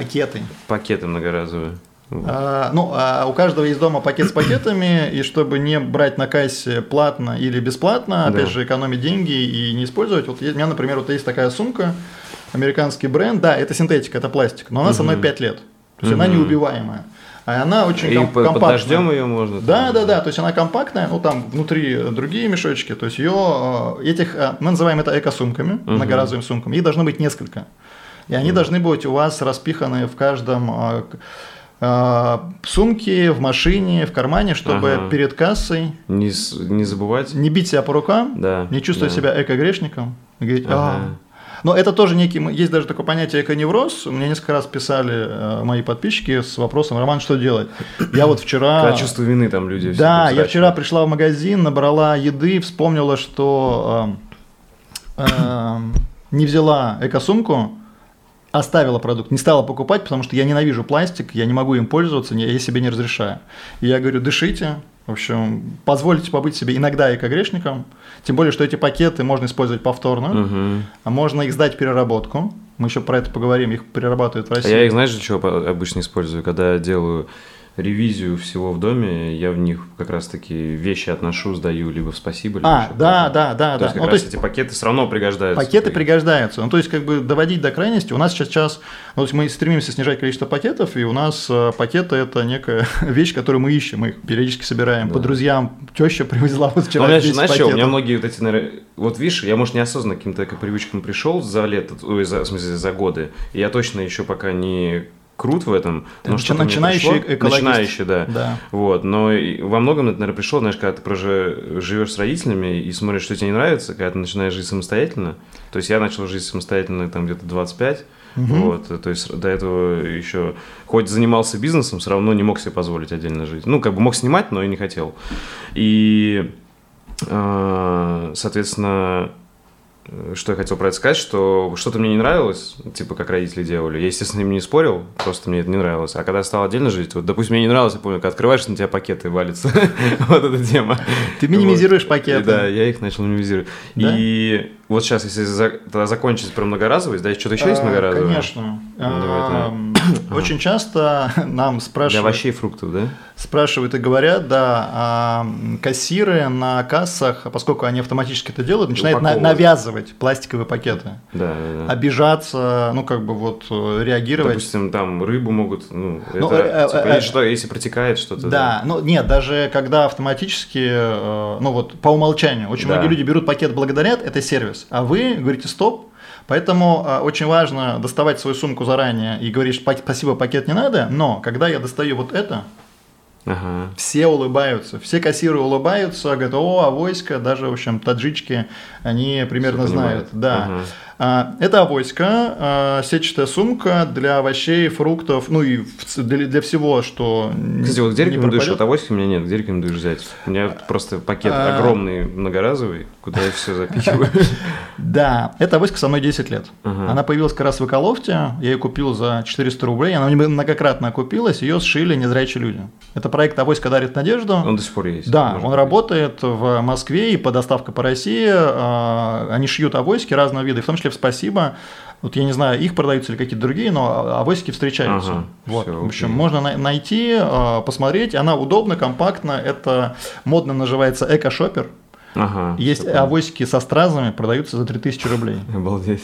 Пакеты многоразовые. У каждого есть дома пакет с пакетами, и чтобы не брать на кассе платно или бесплатно, опять же, экономить деньги и не использовать. Вот у меня, например, вот есть такая сумка, американский бренд, да, это синтетика, это пластик, но она со мной 5 лет, то есть она неубиваемая. А она очень компактная. Под дождем ее можно? Да, то есть она компактная, ну там внутри другие мешочки, то есть мы называем это эко-сумками, многоразовыми сумками, их должно быть несколько. И они должны быть у вас распиханы в каждом сумке, в машине, в кармане, чтобы перед кассой не забывать, не бить себя по рукам, не чувствовать себя эко-грешником, и говорить, но это тоже есть даже такое понятие эко-невроз. Мне несколько раз писали мои подписчики с вопросом: Роман, что делать? Я вот вчера... Когда чувство вины там люди. Да, я вчера пришла в магазин, набрала еды, вспомнила, что не взяла эко-сумку, оставила продукт, не стала покупать, потому что я ненавижу пластик, я не могу им пользоваться, я себе не разрешаю. И я говорю, дышите, в общем, позвольте побыть себе иногда эко-грешником, тем более, что эти пакеты можно использовать повторно, а можно их сдать в переработку, мы еще про это поговорим, их перерабатывают в России. А я их, знаешь, для чего обычно использую? Когда делаю ревизию всего в доме, я в них как раз-таки вещи отношу, сдаю либо в спасибо, либо да. То есть, как раз эти пакеты все равно пригождаются. Пакеты пригождаются. Ну, то есть, как бы доводить до крайности. У нас сейчас то есть мы стремимся снижать количество пакетов, и у нас пакеты – это некая вещь, которую мы ищем, мы их периодически собираем. По друзьям теща привезла вот вчера 10 пакетов. У меня многие вот эти, наверное, вот видишь, я, может, неосознанно к каким-то привычкам пришел за годы, и я точно еще пока не крут в этом, но что-то начинающий, да. Вот, но во многом это, наверное, пришло, знаешь, когда ты живешь с родителями и смотришь, что тебе не нравится, когда ты начинаешь жить самостоятельно. То есть я начал жить самостоятельно там где-то 25, вот, то есть до этого еще, хоть занимался бизнесом, все равно не мог себе позволить отдельно жить. Ну, как бы мог снимать, но и не хотел. И, соответственно, что я хотел про это сказать, что что-то мне не нравилось, типа, как родители делали. Я, естественно, им не спорил, просто мне это не нравилось. А когда я стал отдельно жить, вот, допустим, мне не нравилось, я помню, когда открываешь, на тебя пакеты валятся. Вот эта тема. Ты минимизируешь пакеты. Да, я их начал минимизировать. И вот сейчас, если закончить про многоразовость, да, что-то еще есть многоразовое? Конечно. Очень часто нам спрашивают... Для овощей и фруктов, да? Спрашивают и говорят, да, кассиры на кассах, поскольку они автоматически это делают, начинают навязывать пластиковые пакеты. Да. Обижаться, реагировать. Допустим, там рыбу могут, если протекает что-то. Да, нет, даже когда автоматически, по умолчанию, очень многие люди берут пакет, благодарят, это сервис, а вы говорите стоп. Поэтому очень важно доставать свою сумку заранее и говорить, спасибо, пакет не надо, но когда я достаю вот это, все улыбаются, все кассиры улыбаются, говорят, авоська, даже, в общем, таджички, они примерно знают. Да. Это авоська, сетчатая сумка для овощей, фруктов, и для всего, что Кстати, вот где рекомендуешь, вот авоськи у меня нет, где рекомендуешь взять? У меня просто пакет огромный, многоразовый, куда я все запихиваю. Да, эта авоська со мной 10 лет. Она появилась как раз в Эколофте, я ее купил за 400 рублей, она многократно окупилась, ее сшили незрячие люди. Это проект «Авоська дарит надежду». Он до сих пор есть. Да, он работает в Москве и по доставке по России. Они шьют авоськи разного вида, в том числе в «Спасибо». Вот я не знаю, их продаются или какие-то другие, но авоськи встречаются. В общем, можно найти, посмотреть. Она удобна, компактна. Это модно называется эко-шопер. Есть авоськи со стразами, продаются за 3000 рублей. Обалдеть.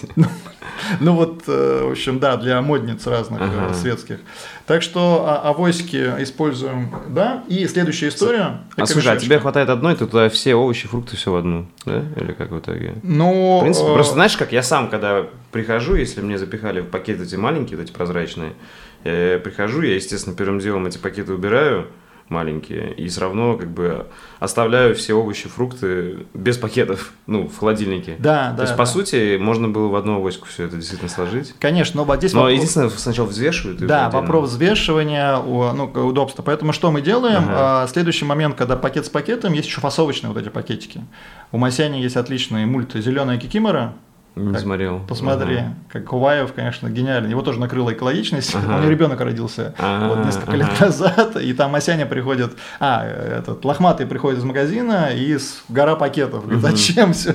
В общем, да, для модниц разных светских. Так что авоськи используем, да. И следующая история. Слушай, а тебе хватает одной, ты туда все овощи, фрукты, все в одну, да? Или как в итоге? В принципе, просто знаешь, как я сам, когда прихожу, если мне запихали в пакеты эти маленькие, вот эти прозрачные, я прихожу, я, естественно, первым делом эти пакеты убираю, маленькие, и все равно оставляю все овощи, фрукты без пакетов, в холодильнике. Да. То есть, по сути, можно было в одну авоську все это действительно сложить. Конечно, но здесь единственное, сначала взвешивают. Да, вопрос взвешивания, удобства. Поэтому что мы делаем? Следующий момент, когда пакет с пакетом, есть еще фасовочные вот эти пакетики. У Масяни есть отличный мульт «Зеленая кикимора». Не смотрел. Посмотри, как Куваев, конечно, гениальный. Его тоже накрыла экологичность. У него ребенок родился несколько лет назад, и там Масяня приходит, лохматый приходит из магазина и гора пакетов. Говорит, зачем все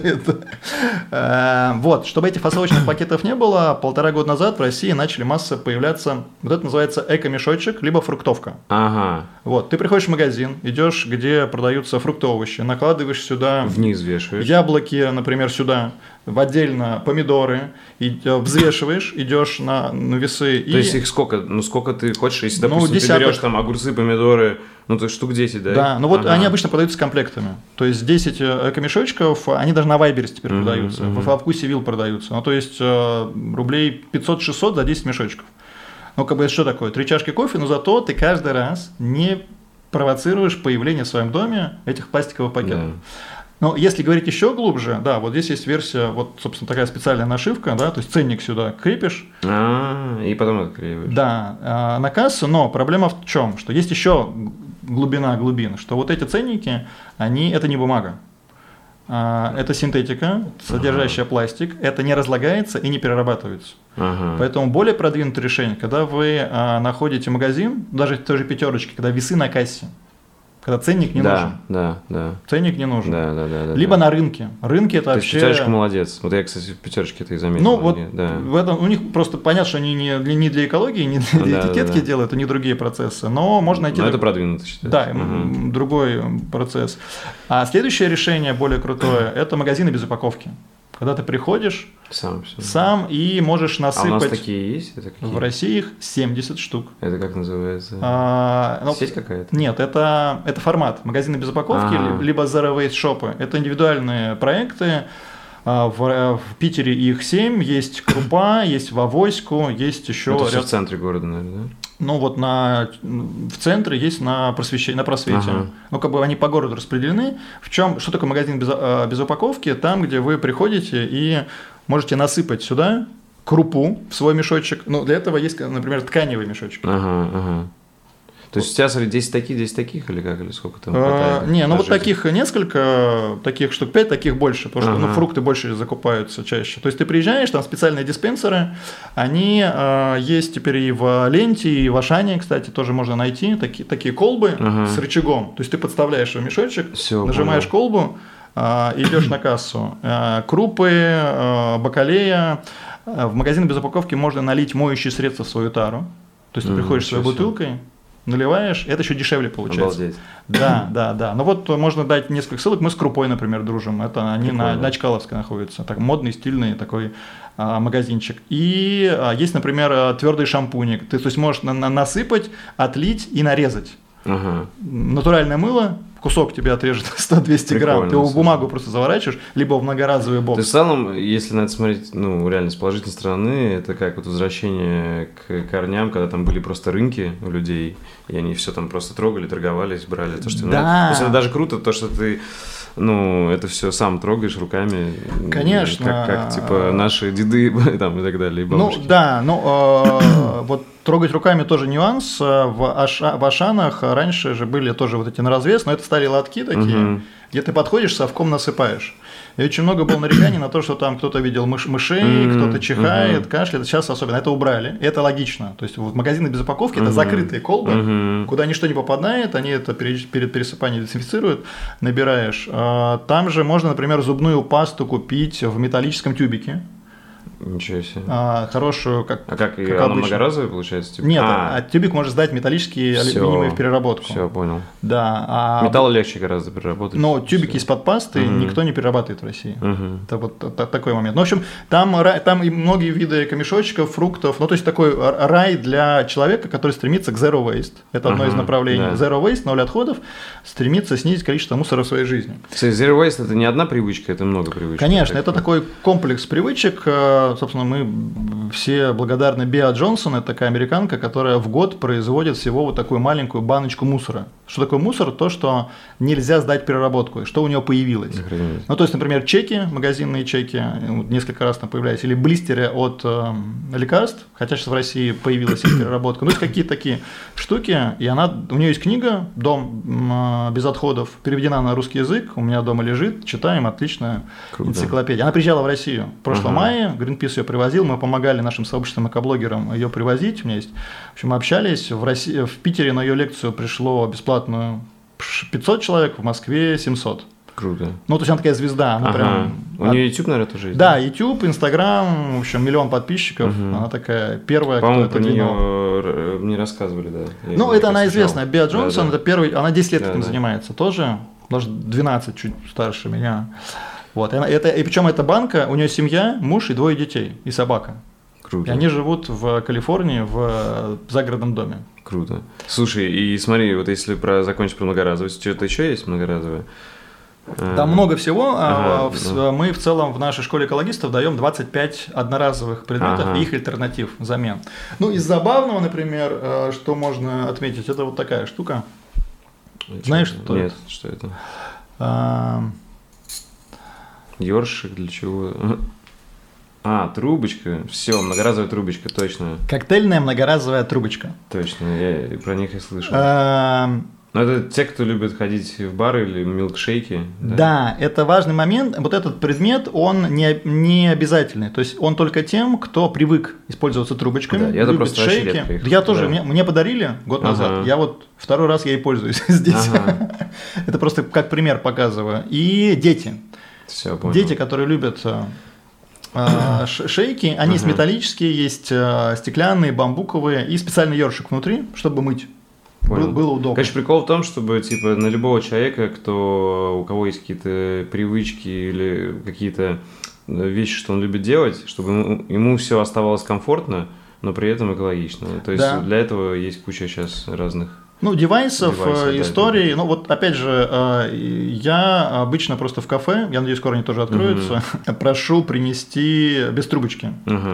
это? Чтобы этих фасовочных пакетов не было, 1,5 года назад в России начали массы появляться, вот это называется эко-мешочек, либо фруктовка. Ты приходишь в магазин, идешь, где продаются фрукты, овощи, накладываешь сюда... Вниз вешаешь. Яблоки, например, сюда. Отдельно помидоры, взвешиваешь, идешь на весы. То есть их сколько? Сколько ты хочешь, если, допустим, ты берешь там огурцы, помидоры, то есть штук 10, да? Да, они обычно продаются комплектами. То есть 10 эко-мешочков, они даже на Вайбере теперь продаются, во вкусе вилл продаются. То есть рублей 500-600 за 10 мешочков. Это что такое? 3 чашки кофе, но зато ты каждый раз не провоцируешь появление в своем доме этих пластиковых пакетов. Да. Но если говорить еще глубже, да, вот здесь есть версия, собственно, такая специальная нашивка, да, то есть ценник сюда крепишь. И потом отклеиваешь. Да, на кассу, но проблема в чем? Что есть еще глубин, что вот эти ценники, это не бумага. Это синтетика, содержащая пластик, это не разлагается и не перерабатывается. Поэтому более продвинутое решение, когда вы находите магазин, даже в той же пятерочке, когда весы на кассе, когда ценник не нужен. Да. Ценник не нужен. Да. Либо на рынке. Рынки это то вообще... пятерочка молодец. Вот я, кстати, в пятерочке это и заметил. В этом у них просто понятно, что они не для экологии, не для этикетки делают, у них другие процессы. Но можно найти... это продвинуто, считается. Да, другой процесс. А следующее решение, более крутое, это магазины без упаковки. Когда ты приходишь сам и можешь насыпать... А у нас такие есть? В России их 70 штук. Это как называется? Сеть какая-то? Нет, это формат. Магазины без упаковки, либо zero waste шопы. Это индивидуальные проекты. В Питере их 7. Есть Крупа, есть в Авоську, есть еще... Это все в центре города, наверное, да? В центре есть на просвете. Они по городу распределены. Что такое магазин без упаковки? Там, где вы приходите и можете насыпать сюда крупу в свой мешочек. Для этого есть, например, тканевый мешочек. То есть у тебя 10 таких или как? Или сколько там хватает? Таких несколько, таких штук 5, таких больше, потому что фрукты больше закупаются чаще. То есть ты приезжаешь, там специальные диспенсеры, они есть теперь и в Ленте, и в Ашане, кстати, тоже можно найти, такие колбы с рычагом. То есть ты подставляешь в мешочек, нажимаешь колбу, идешь на кассу. Крупы, бакалея. В магазин без упаковки можно налить моющие средства в свою тару. То есть ты приходишь с своей бутылкой, наливаешь, это еще дешевле получается. Обалдеть. Да. Ну вот можно дать несколько ссылок. Мы с Крупой, например, дружим. Это они на Чкаловской находятся. Так, модный, стильный такой магазинчик. И есть, например, твердые шампуни. Ты, то есть можешь насыпать, отлить и нарезать. Натуральное мыло, кусок тебе отрежет 100-200 грамм, ты его в бумагу просто заворачиваешь, либо в многоразовый бокс. То есть в целом, если на это смотреть, реально с положительной стороны, это как вот возвращение к корням, когда там были просто рынки у людей, и они все там просто трогали, торговались, брали то, что надо. То есть это даже круто, то, что ты это все сам трогаешь руками. Конечно. Как типа наши деды там, и так далее, и бабушки. Вот трогать руками тоже нюанс. В Ашанах раньше же были тоже вот эти на развес, но это стали лотки такие, где ты подходишь, совком насыпаешь. И очень много было нареканий на то, что там кто-то видел мышей, кто-то чихает, кашляет. Сейчас особенно это убрали. И это логично. То есть вот магазины без упаковки это закрытые колбы, куда ничто не попадает, они это перед пересыпанием дезинфицируют, набираешь. Там же можно, например, зубную пасту купить в металлическом тюбике. Ничего себе. Хорошую, как она многоразовая получается? Тюбик? Нет, тюбик можно сдать металлический, алюминиевый в переработку. Все, понял. Да. Металл легче гораздо переработать. Но тюбики из-под пасты никто не перерабатывает в России. Это вот такой момент. Ну, в общем, там и многие виды камешочков, фруктов. Ну, то есть такой рай для человека, который стремится к zero waste. Это одно из направлений. Да. Zero waste, 0 отходов, стремится снизить количество мусора в своей жизни. Zero waste – это не одна привычка, это много привычек. Конечно, это такой комплекс привычек. Собственно, мы все благодарны Беа Джонсон, это такая американка, которая в год производит всего вот такую маленькую баночку мусора. Что такое мусор? То, что нельзя сдать в переработку, что у нее появилось. Ну, то есть, например, чеки, магазинные чеки, несколько раз там появлялись, или блистеры от лекарств, хотя сейчас в России появилась их переработка. Ну, есть какие-то такие штуки, и у нее есть книга «Дом без отходов», переведена на русский язык, у меня дома лежит, читаем, отличная энциклопедия. Она приезжала в Россию в прошлом мае, Greenpeace ее привозил, мы помогали нашим сообществам экоблогерам ее привозить, у меня есть, в общем, мы общались, в Питере на ее лекцию пришло бесплатную 500 человек, в Москве 700. Круто. Ну, то есть она такая звезда, она прям... У нее YouTube, наверное, тоже есть? Да, YouTube, Instagram, в общем, 1 миллион подписчиков, она такая первая, по-моему, кто это двинул. нее мне рассказывали, да. Ну, это она известная, Беа Джонсон, это первый, она 10 лет этим занимается тоже, даже 12, чуть старше меня. Вот, и причем эта банка, у нее семья, муж и 2 детей, и собака. Круто. И они живут в Калифорнии в загородном доме. Круто. Слушай, и смотри, вот если закончить про многоразовость, что-то еще есть многоразовое? Там много всего. Мы в целом в нашей школе экологистов даем 25 одноразовых предметов и их альтернатив, замен. Ну, из забавного, например, что можно отметить, это вот такая штука. Знаешь, что это? Нет, что это? Ёршик для чего? Трубочка. Все, многоразовая трубочка, точно. Коктейльная многоразовая трубочка. Точно, я про них и слышал. Но это те, кто любит ходить в бары или милкшейки. Да, это важный момент. Вот этот предмет, он не обязательный. То есть он только тем, кто привык использоваться трубочками, да, любит шейки. Я тоже, мне подарили год назад. Я вот второй раз я и пользуюсь здесь. Это просто как пример показываю. И дети. Все, понял. Дети, которые любят шейки, они есть металлические, есть стеклянные, бамбуковые и специальный ёршик внутри, чтобы мыть. Было удобно. Конечно, прикол в том, чтобы типа на любого человека, у кого есть какие-то привычки или какие-то вещи, что он любит делать, чтобы ему все оставалось комфортно, но при этом экологично. То есть для этого есть куча сейчас разных девайсов, историй. Ну, вот опять же, я обычно просто в кафе, я надеюсь, скоро они тоже откроются, прошу принести без трубочки.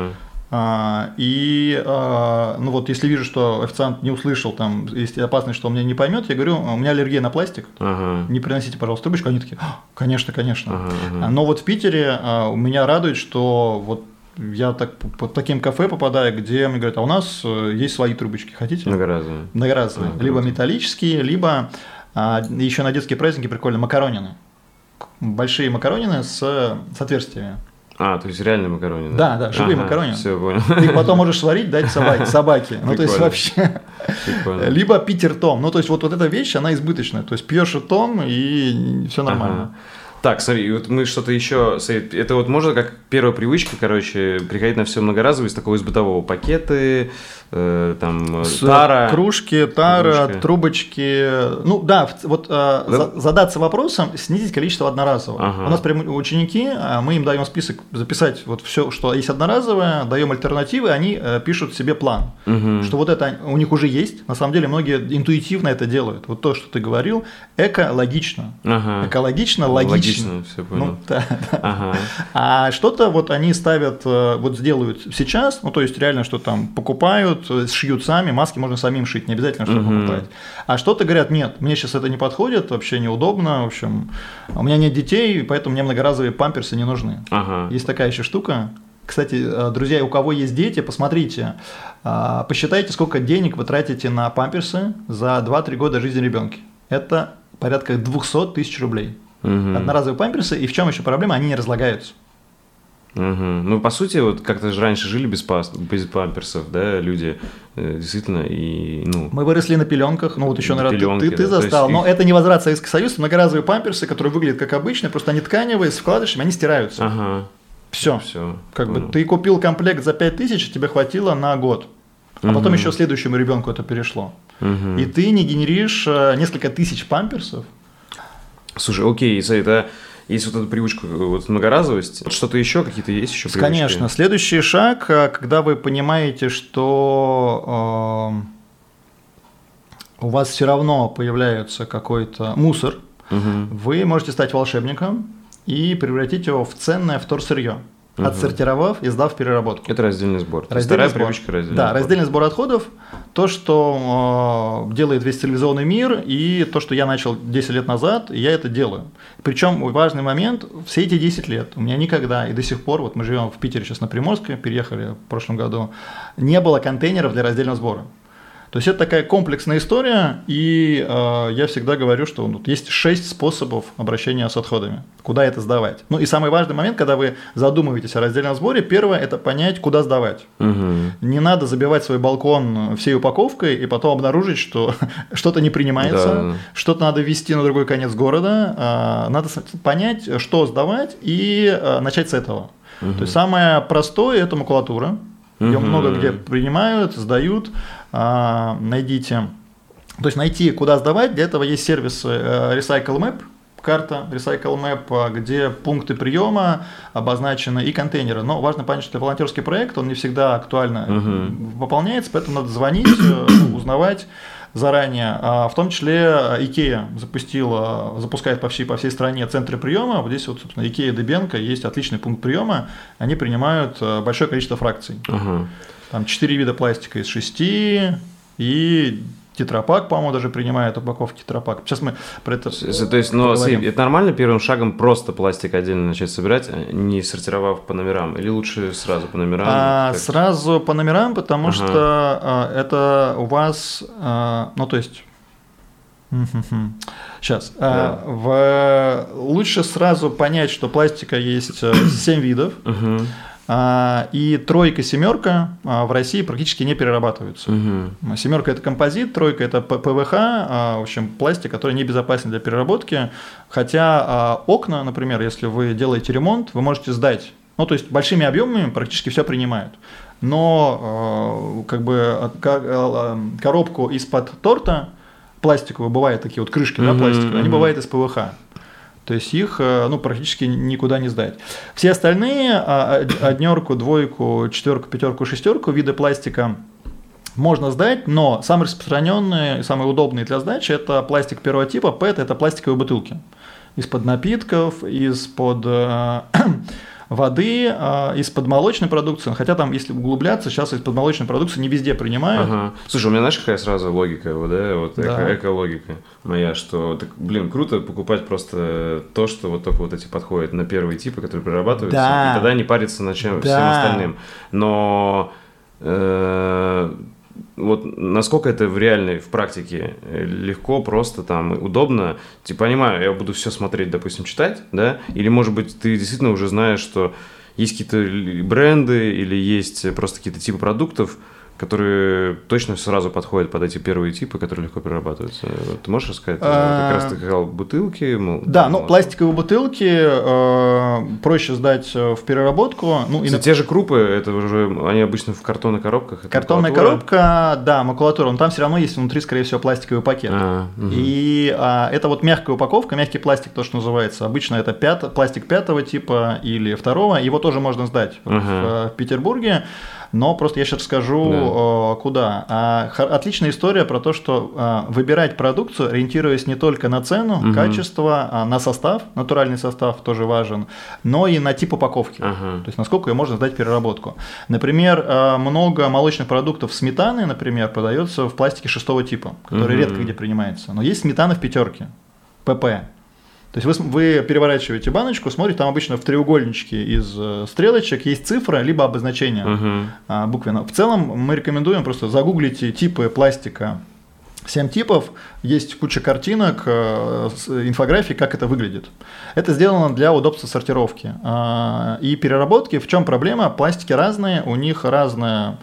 Вот если вижу, что официант не услышал, там есть опасность, что он меня не поймет, я говорю, у меня аллергия на пластик, не приносите, пожалуйста, трубочку. Они такие, конечно. Но вот в Питере меня радует, что вот я под таким кафе попадаю, где мне говорят, у нас есть свои трубочки, хотите? Многоразовые. Либо металлические, либо еще на детские праздники прикольно макаронины. Большие макаронины с отверстиями. То есть реальные макароны? Да, живые макароны. Все, понял. Ты их потом можешь сварить, дать собаке. Ну, то есть вообще. Либо пить ртом. Ну, то есть вот эта вещь, она избыточная. То есть пьешь ртом, и все нормально. Так, смотри, вот мы что-то еще... Это вот можно как первая привычка, короче, приходить на все многоразовое из такого из бытового. Пакеты, там, тара. Кружки, тара, трубочки. Ну да, вот задаться вопросом, снизить количество одноразового. Ага. У нас прям ученики, мы им даем список, записать вот все, что есть одноразовое, даем альтернативы, они пишут себе план. Угу. Что вот это у них уже есть. На самом деле многие интуитивно это делают. Вот то, что ты говорил, экологично. Ага. Экологично, логично. Все понял. Ну, да. Ага. А что-то вот они ставят, вот сделают сейчас, ну то есть реально что там покупают, шьют сами, маски можно самим шить, не обязательно что-то покупать. А что-то говорят, нет, мне сейчас это не подходит, вообще неудобно, в общем, у меня нет детей, поэтому мне многоразовые памперсы не нужны. Ага. Есть такая еще штука. Кстати, друзья, у кого есть дети, посмотрите, посчитайте, сколько денег вы тратите на памперсы за 2-3 года жизни ребенка. Это порядка 200 тысяч рублей. Угу. Одноразовые памперсы, и в чем еще проблема? Они не разлагаются. Угу. Ну, по сути, вот как-то же раньше жили без памперсов, да, люди, действительно, и, ну... Мы выросли на пеленках, ну, вот еще, наверное, ты застал, но это не возврат в Советский Союз, многоразовые памперсы, которые выглядят как обычные, просто они тканевые, с вкладышами, они стираются. Ага. Все. Как бы ты купил комплект за 5000, тебе хватило на год. А потом еще следующему ребенку это перешло. И ты не генеришь несколько тысяч памперсов. Слушай, окей, это есть вот эта привычка, вот многоразовость. Что-то еще, какие-то есть еще привычки? Конечно. Следующий шаг, когда вы понимаете, что у вас все равно появляется какой-то мусор, вы можете стать волшебником и превратить его в ценное вторсырье. Отсортировав и сдав в переработку. Это раздельный сбор. Вторая привычка – раздельный сбор. Да, раздельный сбор отходов – то, что делает весь цивилизованный мир, и то, что я начал 10 лет назад, и я это делаю. Причем важный момент – все эти 10 лет у меня никогда и до сих пор, вот мы живем в Питере сейчас на Приморской, переехали в прошлом году, не было контейнеров для раздельного сбора. То есть это такая комплексная история, и я всегда говорю, что есть 6 способов обращения с отходами, куда это сдавать. Ну и самый важный момент, когда вы задумываетесь о раздельном сборе, первое – это понять, куда сдавать. Угу. Не надо забивать свой балкон всей упаковкой и потом обнаружить, что что-то не принимается, что-то надо везти на другой конец города. Надо понять, что сдавать, и начать с этого. Угу. То есть самое простое – это макулатура. Ее много где принимают, сдают. Найдите, то есть найти, куда сдавать. Для этого есть сервис Recycle Map, карта Recycle Map, где пункты приема обозначены и контейнеры. Но важно понять, что это волонтерский проект, он не всегда актуально выполняется, поэтому надо звонить, узнавать заранее. В том числе IKEA запускает по всей стране центры приема. Вот здесь, вот, собственно, IKEA Дыбенко есть отличный пункт приема. Они принимают большое количество фракций. Там 4 вида пластика из 6, и Тетрапак, по-моему, даже принимает упаковки Тетрапак. Сейчас мы про это То есть, это нормально первым шагом просто пластик отдельно начать собирать, не сортировав по номерам? Или лучше сразу по номерам? Сразу по номерам, потому что это у вас, ну то есть... Сейчас. Лучше сразу понять, что пластика есть 7 видов. И тройка, семерка в России практически не перерабатываются. Семерка – это композит, тройка – это ПВХ, в общем, пластик, который небезопасен для переработки. Хотя окна, например, если вы делаете ремонт, вы можете сдать. Ну, то есть большими объемами практически все принимают. Но как бы коробку из-под торта пластиковую, бывают такие вот крышки, да, пластиковые, они бывают из ПВХ. То есть их практически никуда не сдать. Все остальные, однерку, двойку, четверку, пятерку, шестерку, виды пластика можно сдать, но самый распространенный, самый удобный для сдачи – это пластик первого типа, ПЭТ – это пластиковые бутылки. Из-под напитков, из-под воды, из-под молочной продукции. Хотя там, если углубляться, сейчас из-под молочной продукции не везде принимают. Слушай, у меня, знаешь, какая сразу логика, эко-логика моя, что, круто покупать просто то, что вот только вот эти подходят на первые типы, которые перерабатываются, и тогда не париться на всем остальным. Но вот насколько это в реальной, в практике легко, просто там удобно, понимаю, я буду все смотреть, допустим, читать, да, или, может быть, ты действительно уже знаешь, что есть какие-то бренды или есть просто какие-то типы продуктов, которые точно сразу подходят под эти первые типы, которые легко перерабатываются. Ты можешь рассказать? Как раз ты сказал бутылки. Да, пластиковые бутылки проще сдать в переработку. Те же крупы, это уже они обычно в картонных коробках. Картонная коробка, да, макулатура, но там все равно есть внутри, скорее всего, пластиковый пакет. И это вот мягкая упаковка, мягкий пластик, то, что называется. Обычно это пластик 5-го типа или 2-го. Его тоже можно сдать в Петербурге. Но просто я сейчас расскажу, куда. Отличная история про то, что выбирать продукцию, ориентируясь не только на цену, качество, на состав, натуральный состав тоже важен, но и на тип упаковки. То есть, насколько ее можно сдать в переработку. Например, много молочных продуктов сметаны, например, продается в пластике 6-го типа, который редко где принимается. Но есть сметана в 5-ке, ПП. То есть вы переворачиваете баночку, смотрите, там обычно в треугольничке из стрелочек есть цифра, либо обозначение буквенно. В целом мы рекомендуем просто загуглите типы пластика. 7 типов, есть куча картинок, инфографий, как это выглядит. Это сделано для удобства сортировки. И переработки. В чем проблема? Пластики разные, у них разная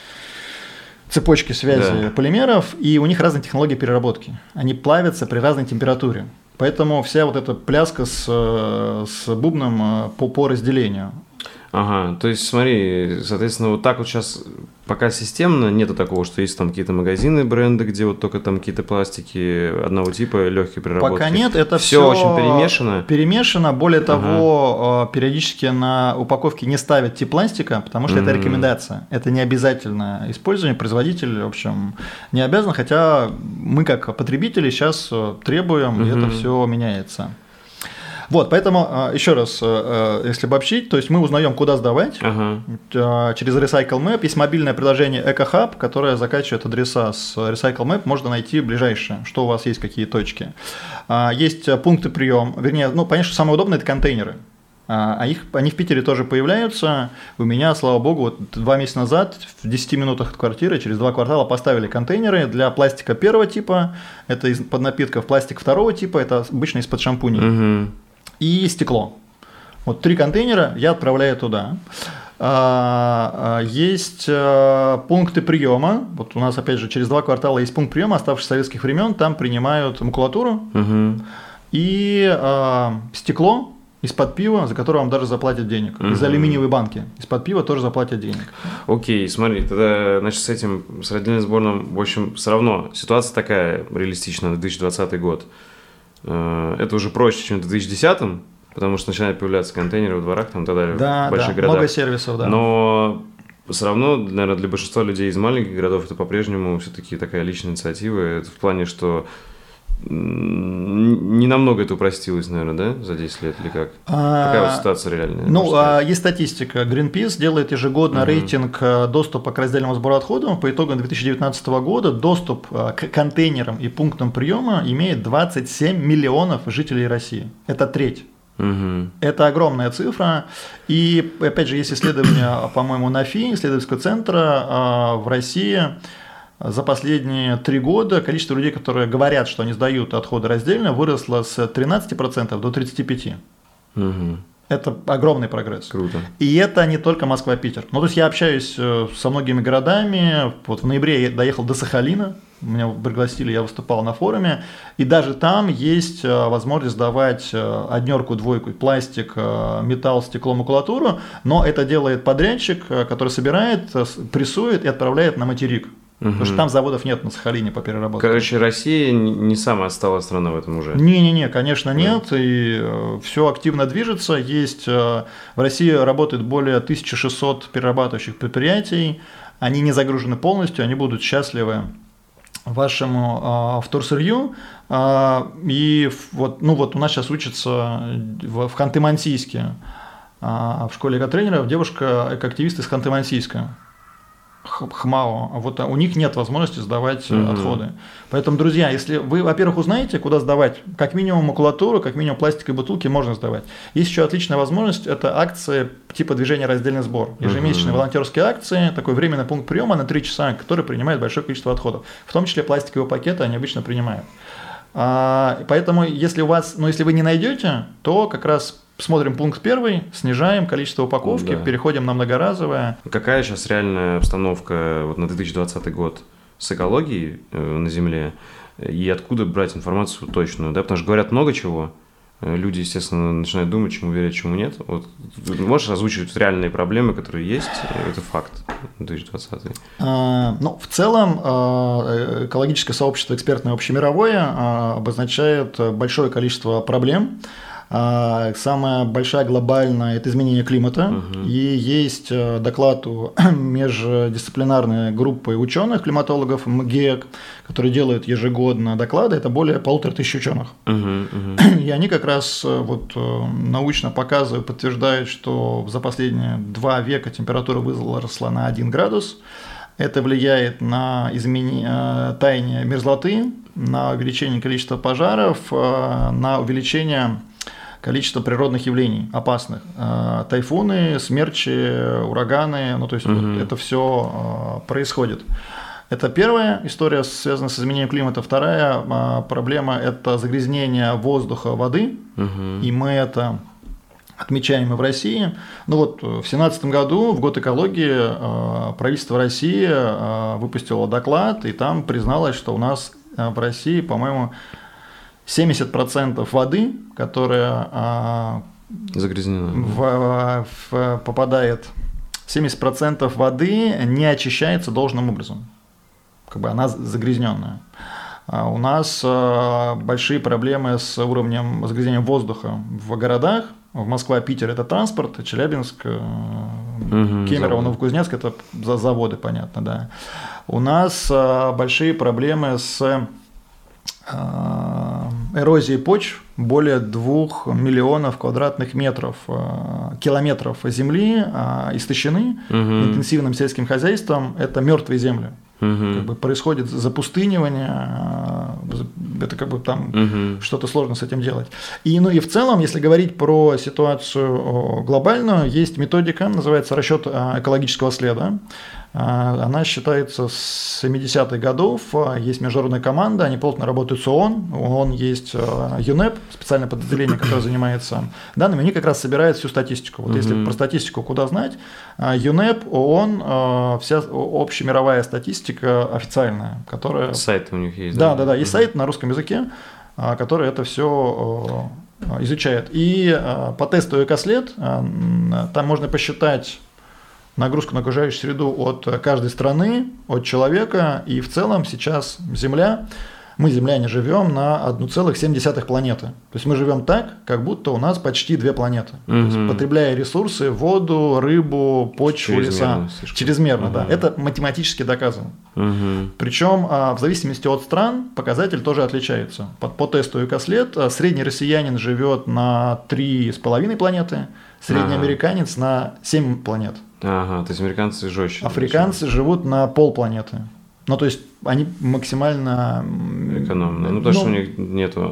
цепочки связи полимеров, и у них разные технологии переработки. Они плавятся при разной температуре. Поэтому вся вот эта пляска с бубном по разделению. Ага, то есть смотри, соответственно, вот так вот сейчас пока системно нету такого, что есть там какие-то магазины, бренды, где вот только там какие-то пластики одного типа, легкие переработки. Пока нет, это все очень перемешано. Перемешано, более того, периодически на упаковке не ставят тип пластика, потому что это рекомендация, это не обязательное использование, производитель, в общем, не обязан, хотя мы как потребители сейчас требуем, и это все меняется. Вот, поэтому, еще раз, если обобщить, то есть мы узнаем, куда сдавать через Recycle Map. Есть мобильное приложение EcoHub, которое закачивает адреса с Recycle Map, можно найти ближайшее, что у вас есть, какие точки. Есть пункты приема, вернее, понятно, что самое удобное – это контейнеры. Они в Питере тоже появляются. У меня, слава богу, вот 2 месяца назад в 10 минутах от квартиры через 2 квартала поставили контейнеры для пластика 1-го типа, это из-под напитков, пластик 2-го типа, это обычно из-под шампуней. И стекло. Вот 3 контейнера я отправляю туда. Есть пункты приема. Вот у нас, опять же, через 2 квартала есть пункт приема, оставшихся советских времен. Там принимают макулатуру и стекло из-под пива, за которое вам даже заплатят денег. Из алюминиевой банки. Из-под пива тоже заплатят денег. Окей, смотри, тогда, значит, с раздельным сбором, в общем, все равно ситуация такая реалистичная на 2020 год. Это уже проще, чем в 2010-м, потому что начинают появляться контейнеры во дворах там, и так далее, в больших городах. Много сервисов, да. Но все равно, наверное, для большинства людей из маленьких городов это по-прежнему все-таки такая личная инициатива. Это в плане, что не намного это упростилось, наверное, да, за 10 лет или как? Какая вот ситуация реальная? Есть статистика. Greenpeace делает ежегодно рейтинг доступа к раздельному сбору отходов. По итогам 2019 года доступ к контейнерам и пунктам приема имеет 27 миллионов жителей России. Это треть. Это огромная цифра. И, опять же, есть исследование, по-моему, НАФИ, исследовательского центра в России. За последние 3 года количество людей, которые говорят, что они сдают отходы раздельно, выросло с 13% до 35%. Это огромный прогресс. Круто. И это не только Москва-Питер. То есть я общаюсь со многими городами. Вот в ноябре я доехал до Сахалина. Меня пригласили, я выступал на форуме. И даже там есть возможность сдавать 1, 2 пластик, металл, стекло, макулатуру. Но это делает подрядчик, который собирает, прессует и отправляет на материк. Потому что там заводов нет на Сахалине по переработке. Короче, Россия не самая отсталая страна в этом уже. Не, конечно, нет. И все активно движется. Есть в России работает более 1600 перерабатывающих предприятий. Они не загружены полностью, они будут счастливы вашему вторсырью. И вот у нас сейчас учится в Ханты-Мансийске в школе экотренеров девушка экоактивист из Ханты-Мансийска. ХМАО, вот у них нет возможности сдавать отходы. Поэтому, друзья, если вы, во-первых, узнаете, куда сдавать, как минимум макулатуру, как минимум пластиковые бутылки можно сдавать. Есть еще отличная возможность, это акции типа движения «Раздельный сбор». Ежемесячные волонтерские акции, такой временный пункт приема на 3 часа, который принимает большое количество отходов. В том числе пластиковые пакеты они обычно принимают. Поэтому, если вы не найдете, то как раз смотрим пункт 1, снижаем количество упаковки, переходим на многоразовое. Какая сейчас реальная обстановка вот на 2020 год с экологией на Земле? И откуда брать информацию точную? Да? Потому что говорят много чего. Люди, естественно, начинают думать, чему верят, чему нет. Вот, можешь озвучить реальные проблемы, которые есть? Это факт 2020. В целом, экологическое сообщество экспертное общемировое обозначает большое количество проблем. Самая большая глобальная – это изменение климата. И есть доклад у междисциплинарной группы ученых, климатологов МГИЭК, которые делают ежегодно доклады. Это более 1500 ученых. И они как раз научно показывают, подтверждают, что за последние 2 века температура выросла на 1 градус. Это влияет на таяние мерзлоты, на увеличение количества пожаров, на увеличение количество природных явлений опасных. Тайфуны, смерчи, ураганы, это все происходит. Это первая история, связанная с изменением климата. Вторая проблема – это загрязнение воздуха, воды. И мы это отмечаем и в России. В 2017 году, в год экологии, правительство России выпустило доклад, и там призналось, что у нас в России, по-моему, 70% воды, которая загрязнена, попадает, 70% воды не очищается должным образом. Она загрязненная. У нас большие проблемы с уровнем загрязнения воздуха в городах. В Москва, Питер – это транспорт, Челябинск, Кемерово, Новокузнецк – это заводы, понятно, да. У нас большие проблемы с эрозией почв, более 2 миллионов квадратных километров земли истощены интенсивным сельским хозяйством, это мертвые земли. Происходит запустынивание, это там что-то сложно с этим делать. И в целом, если говорить про ситуацию глобальную, есть методика, называется расчет экологического следа. Она считается с 70-х годов, есть международная команда, они плотно работают с ООН, у ООН есть ЮНЕП, специальное подразделение, которое занимается данными, они как раз собирают всю статистику. Если про статистику куда знать, ЮНЕП, ООН, вся общемировая статистика официальная, которая… Сайт у них есть, да? Да, есть сайт на русском языке, который это все изучает. И по тесту «Экослед» там можно посчитать нагрузку на окружающую среду от каждой страны, от человека, и в целом сейчас мы, земляне, живем на 1,7 планеты. То есть мы живем так, как будто у нас почти 2 планеты. То есть, потребляя ресурсы, воду, рыбу, почву, леса. Чрезмерно, да. Это математически доказано. Причем в зависимости от стран показатель тоже отличается. По тесту «Экослед» средний россиянин живет на 3,5 планеты, средний американец на 7 планет. То есть американцы жестче. Африканцы живут на полпланеты. То есть они максимально экономно. Потому что у них нету.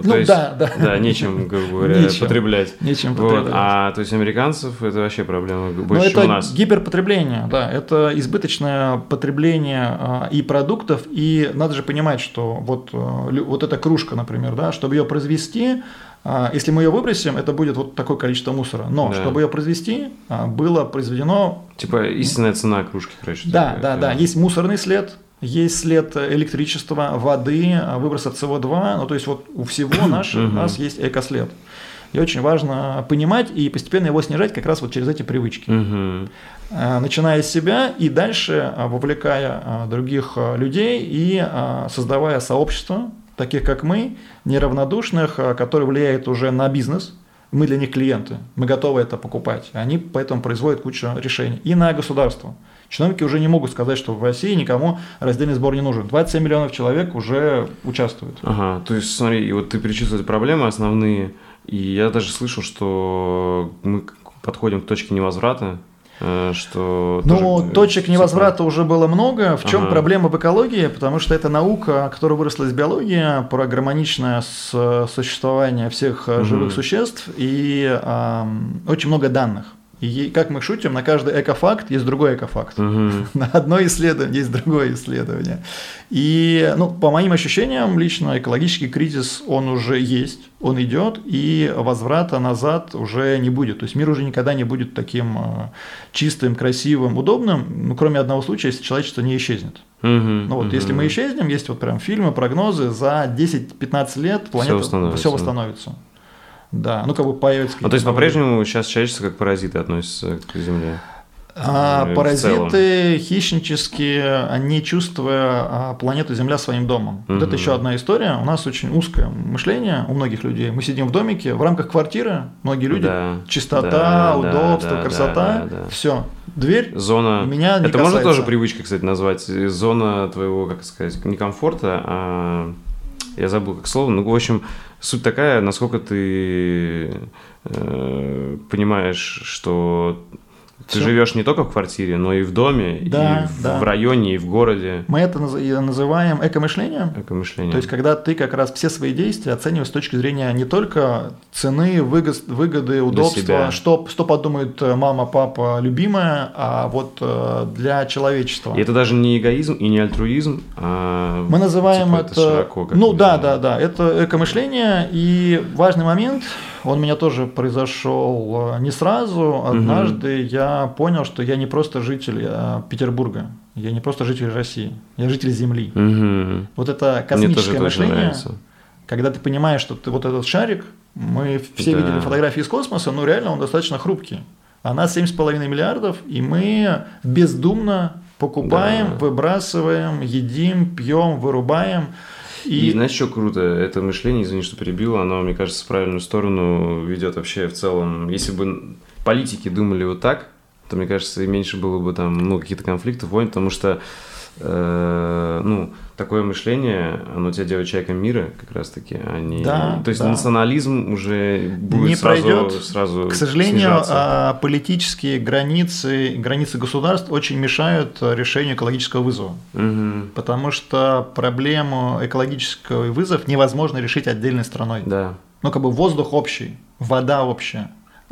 Нечем, грубо говоря, потреблять. Нечем потреблять. То есть американцев это вообще проблема больше, чем у нас. Это гиперпотребление, да. Это избыточное потребление и продуктов. И надо же понимать, что вот эта кружка, например, да, чтобы ее произвести. Если мы ее выбросим, это будет вот такое количество мусора. Но чтобы ее произвести, было произведено… истинная цена кружки, короче. Да. Есть мусорный след, есть след электричества, воды, выбросов СО2. То есть у всего у нас есть экослед. И очень важно понимать и постепенно его снижать как раз через эти привычки. Начиная с себя и дальше вовлекая других людей и создавая сообщество, таких как мы, неравнодушных, которые влияют уже на бизнес. Мы для них клиенты, мы готовы это покупать. Они поэтому производят кучу решений. И на государство. Чиновники уже не могут сказать, что в России никому раздельный сбор не нужен. 27 миллионов человек уже участвуют. То есть, смотри, ты перечислил эти проблемы основные, и я даже слышал, что мы подходим к точке невозврата. Точек невозврата уже было много. В чем проблема в экологии? Потому что это наука, которая выросла из биологии, про гармоничное существование всех живых существ и очень много данных. И как мы шутим, на каждый экофакт есть другой экофакт. На одно исследование есть другое исследование. И, по моим ощущениям, лично экологический кризис, он уже есть, он идет, и возврата назад уже не будет. То есть мир уже никогда не будет таким чистым, красивым, удобным, кроме одного случая, если человечество не исчезнет. Если мы исчезнем, есть вот прям фильмы, прогнозы, за 10-15 лет планета все восстановится. Да, появится. То есть по-прежнему сейчас человечество как паразиты относится к Земле? Паразиты хищнические, они чувствуя планету Земля своим домом. Вот это еще одна история. У нас очень узкое мышление у многих людей. Мы сидим в домике, в рамках квартиры, многие люди, чистота, удобство, красота, все. Дверь зона. Меня не это касается. Можно тоже привычкой, кстати, назвать. Зона твоего, как сказать, не комфорта, а я забыл как слово. В общем, суть такая, насколько ты понимаешь, что ты живешь не только в квартире, но и в доме, в районе, и в городе. Мы это называем экомышлением. Экомышление. То есть, когда ты как раз все свои действия оцениваешь с точки зрения не только цены, выгоды, удобства, что подумает мама, папа, любимая, а вот для человечества. И это даже не эгоизм и не альтруизм, а мы называем это широко. Это экомышление. И важный момент, он у меня тоже произошел не сразу. Однажды я понял, что я не просто житель Петербурга, я не просто житель России, я житель Земли. Вот это космическое мышление, когда ты понимаешь, что ты вот этот шарик, мы все видели фотографии из космоса, но реально он достаточно хрупкий. А нас 7,5 миллиардов, и мы бездумно покупаем, выбрасываем, едим, пьем, вырубаем. И знаешь, что круто? Это мышление, извини, что перебил, оно, мне кажется, в правильную сторону ведет вообще в целом. Если бы политики думали вот так, то, мне кажется, и меньше было бы там каких-то конфликтов, войн, потому что такое мышление, оно тебя делает человеком мира, как раз-таки. То есть национализм уже будет не пройдет. сразу к сожалению, снижаться. Политические границы государств очень мешают решению экологического вызова. Потому что проблему экологического вызова невозможно решить отдельной страной. Да. Воздух общий, вода общая.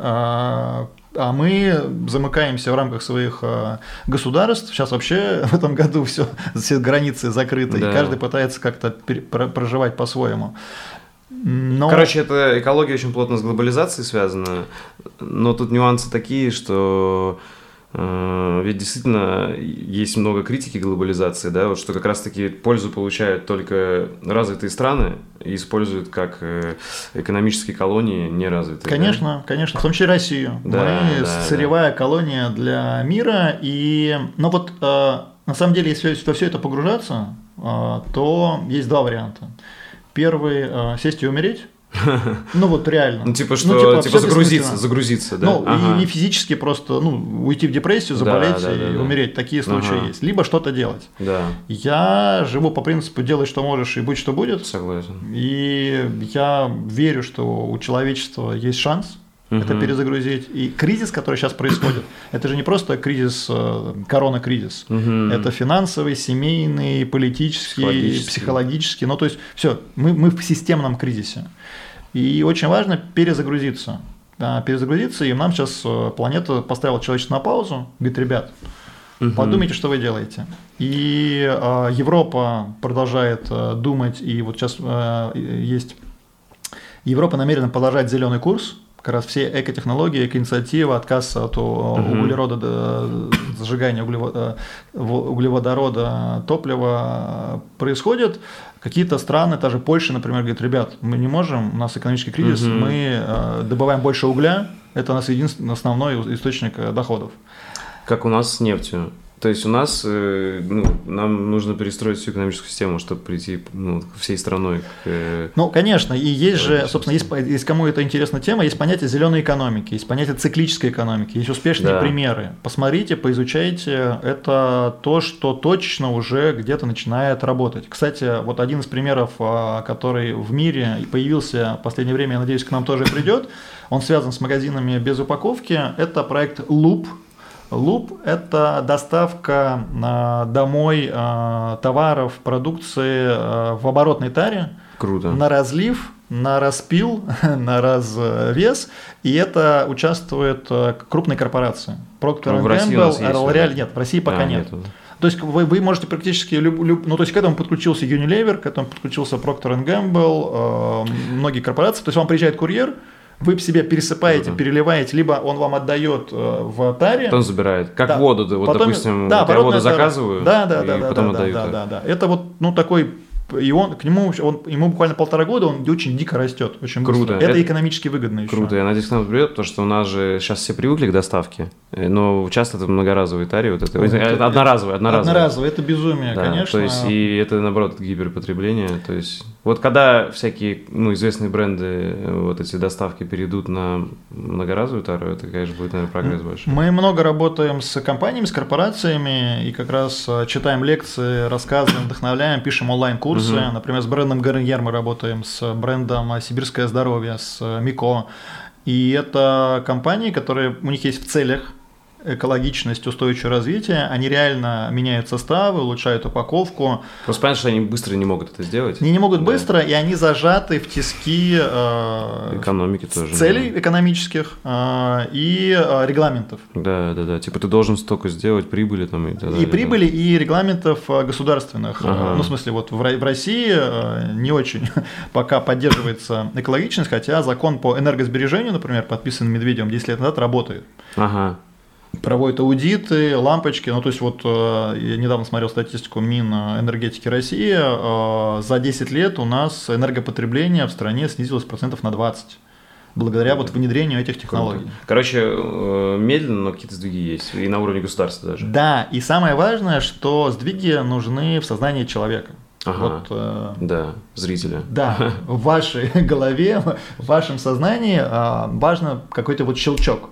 А мы замыкаемся в рамках своих государств. Сейчас вообще в этом году все границы закрыты, и каждый пытается как-то проживать по-своему. Короче, это экология очень плотно с глобализацией связана, но тут нюансы такие, что ведь действительно есть много критики глобализации, да, вот что как раз-таки пользу получают только развитые страны и используют как экономические колонии неразвитые. Конечно, конечно, в том числе Россию. Мы сырьевая колония для мира, и на самом деле, если во все это погружаться, то есть два варианта. Первый – сесть и умереть. Реально. Загрузиться, да. И физически просто, уйти в депрессию, заболеть и умереть. Такие случаи есть. Либо что-то делать. Да. Я живу по принципу «делай, что можешь, и будь, что будет». Согласен. И я верю, что у человечества есть шанс это перезагрузить. И кризис, который сейчас происходит, это же не просто кризис, коронакризис. Это финансовый, семейный, политический, психологический. То есть все, мы в системном кризисе. И очень важно перезагрузиться. И нам сейчас планета поставила человечество на паузу. Говорит, ребят, подумайте, что вы делаете. И Европа продолжает думать, и вот сейчас есть... Европа намерена продолжать зеленый курс. Как раз все экотехнологии, экоинициатива, отказ от углерода, зажигания углеводорода, топлива происходит. Какие-то страны, та же Польша, например, говорит, ребят, мы не можем, у нас экономический кризис, мы добываем больше угля, это у нас единственный основной источник доходов. Как у нас с нефтью. То есть у нас, нам нужно перестроить всю экономическую систему, чтобы прийти всей страной к... конечно, и есть же, собственно, есть кому это интересная тема, есть понятие зеленой экономики, есть понятие циклической экономики, есть успешные примеры. Посмотрите, поизучайте, это то, что точно уже где-то начинает работать. Кстати, вот один из примеров, который в мире появился в последнее время, я надеюсь, к нам тоже придет, он связан с магазинами без упаковки, это проект Loop. Loop – это доставка домой товаров, продукции в оборотной таре. Круто. На разлив на распил, на развес, и это участвуют крупные корпорации. Procter & Gamble, L'Oreal нет, в России пока нет. То есть вы можете практически, ну то есть к этому подключился Unilever, к этому подключился Procter & Gamble, многие корпорации, то есть вам приезжает курьер, вы себе пересыпаете, переливаете, либо он вам отдает в таре. Потом забирает. Как воду, вот, потом, допустим, я воду заказываю, и потом отдают. Да. Это вот, ну, такой, и он, ему буквально 1,5 года, он очень дико растет, очень круто. Быстро. Это экономически выгодно еще. Круто, я надеюсь, к нам придет, потому что у нас же сейчас все привыкли к доставке, но часто это многоразовые тари, вот это одноразовые. Одноразовые, это безумие, да, конечно. То есть, и это, наоборот, гиперпотребление, то есть... Вот когда всякие, ну, известные бренды, вот эти доставки перейдут на многоразовую тару, это, конечно, будет, наверное, прогресс большой. Мы много работаем с компаниями, с корпорациями, и как раз читаем лекции, рассказываем, вдохновляем, пишем онлайн-курсы. Например, с брендом Гарньер мы работаем, с брендом Сибирское здоровье, с Мико. И это компании, которые, у них есть в целях экологичность, устойчивое развитие, они реально меняют составы, улучшают упаковку. Просто понятно, что они быстро не могут это сделать. Они не могут быстро, и они зажаты в тиски экономики тоже, целей экономических и регламентов. Да. Типа ты должен столько сделать прибыли там и так далее. И прибыли, и регламентов государственных. Ну, в смысле, вот в России не очень пока поддерживается экологичность, хотя закон по энергосбережению, например, подписан Медведевым 10 лет назад, работает. Проводят аудиты, лампочки. Ну, то есть, вот я недавно смотрел статистику Минэнергетики России. За 10 лет у нас энергопотребление в стране снизилось процентов на 20. Благодаря вот внедрению этих технологий. Круто. Короче, медленно, но какие-то сдвиги есть. И на уровне государства даже. Да, и самое важное, что сдвиги нужны в сознании человека. Да, зрителя. Да, в вашей голове, в вашем сознании важно какой-то вот щелчок.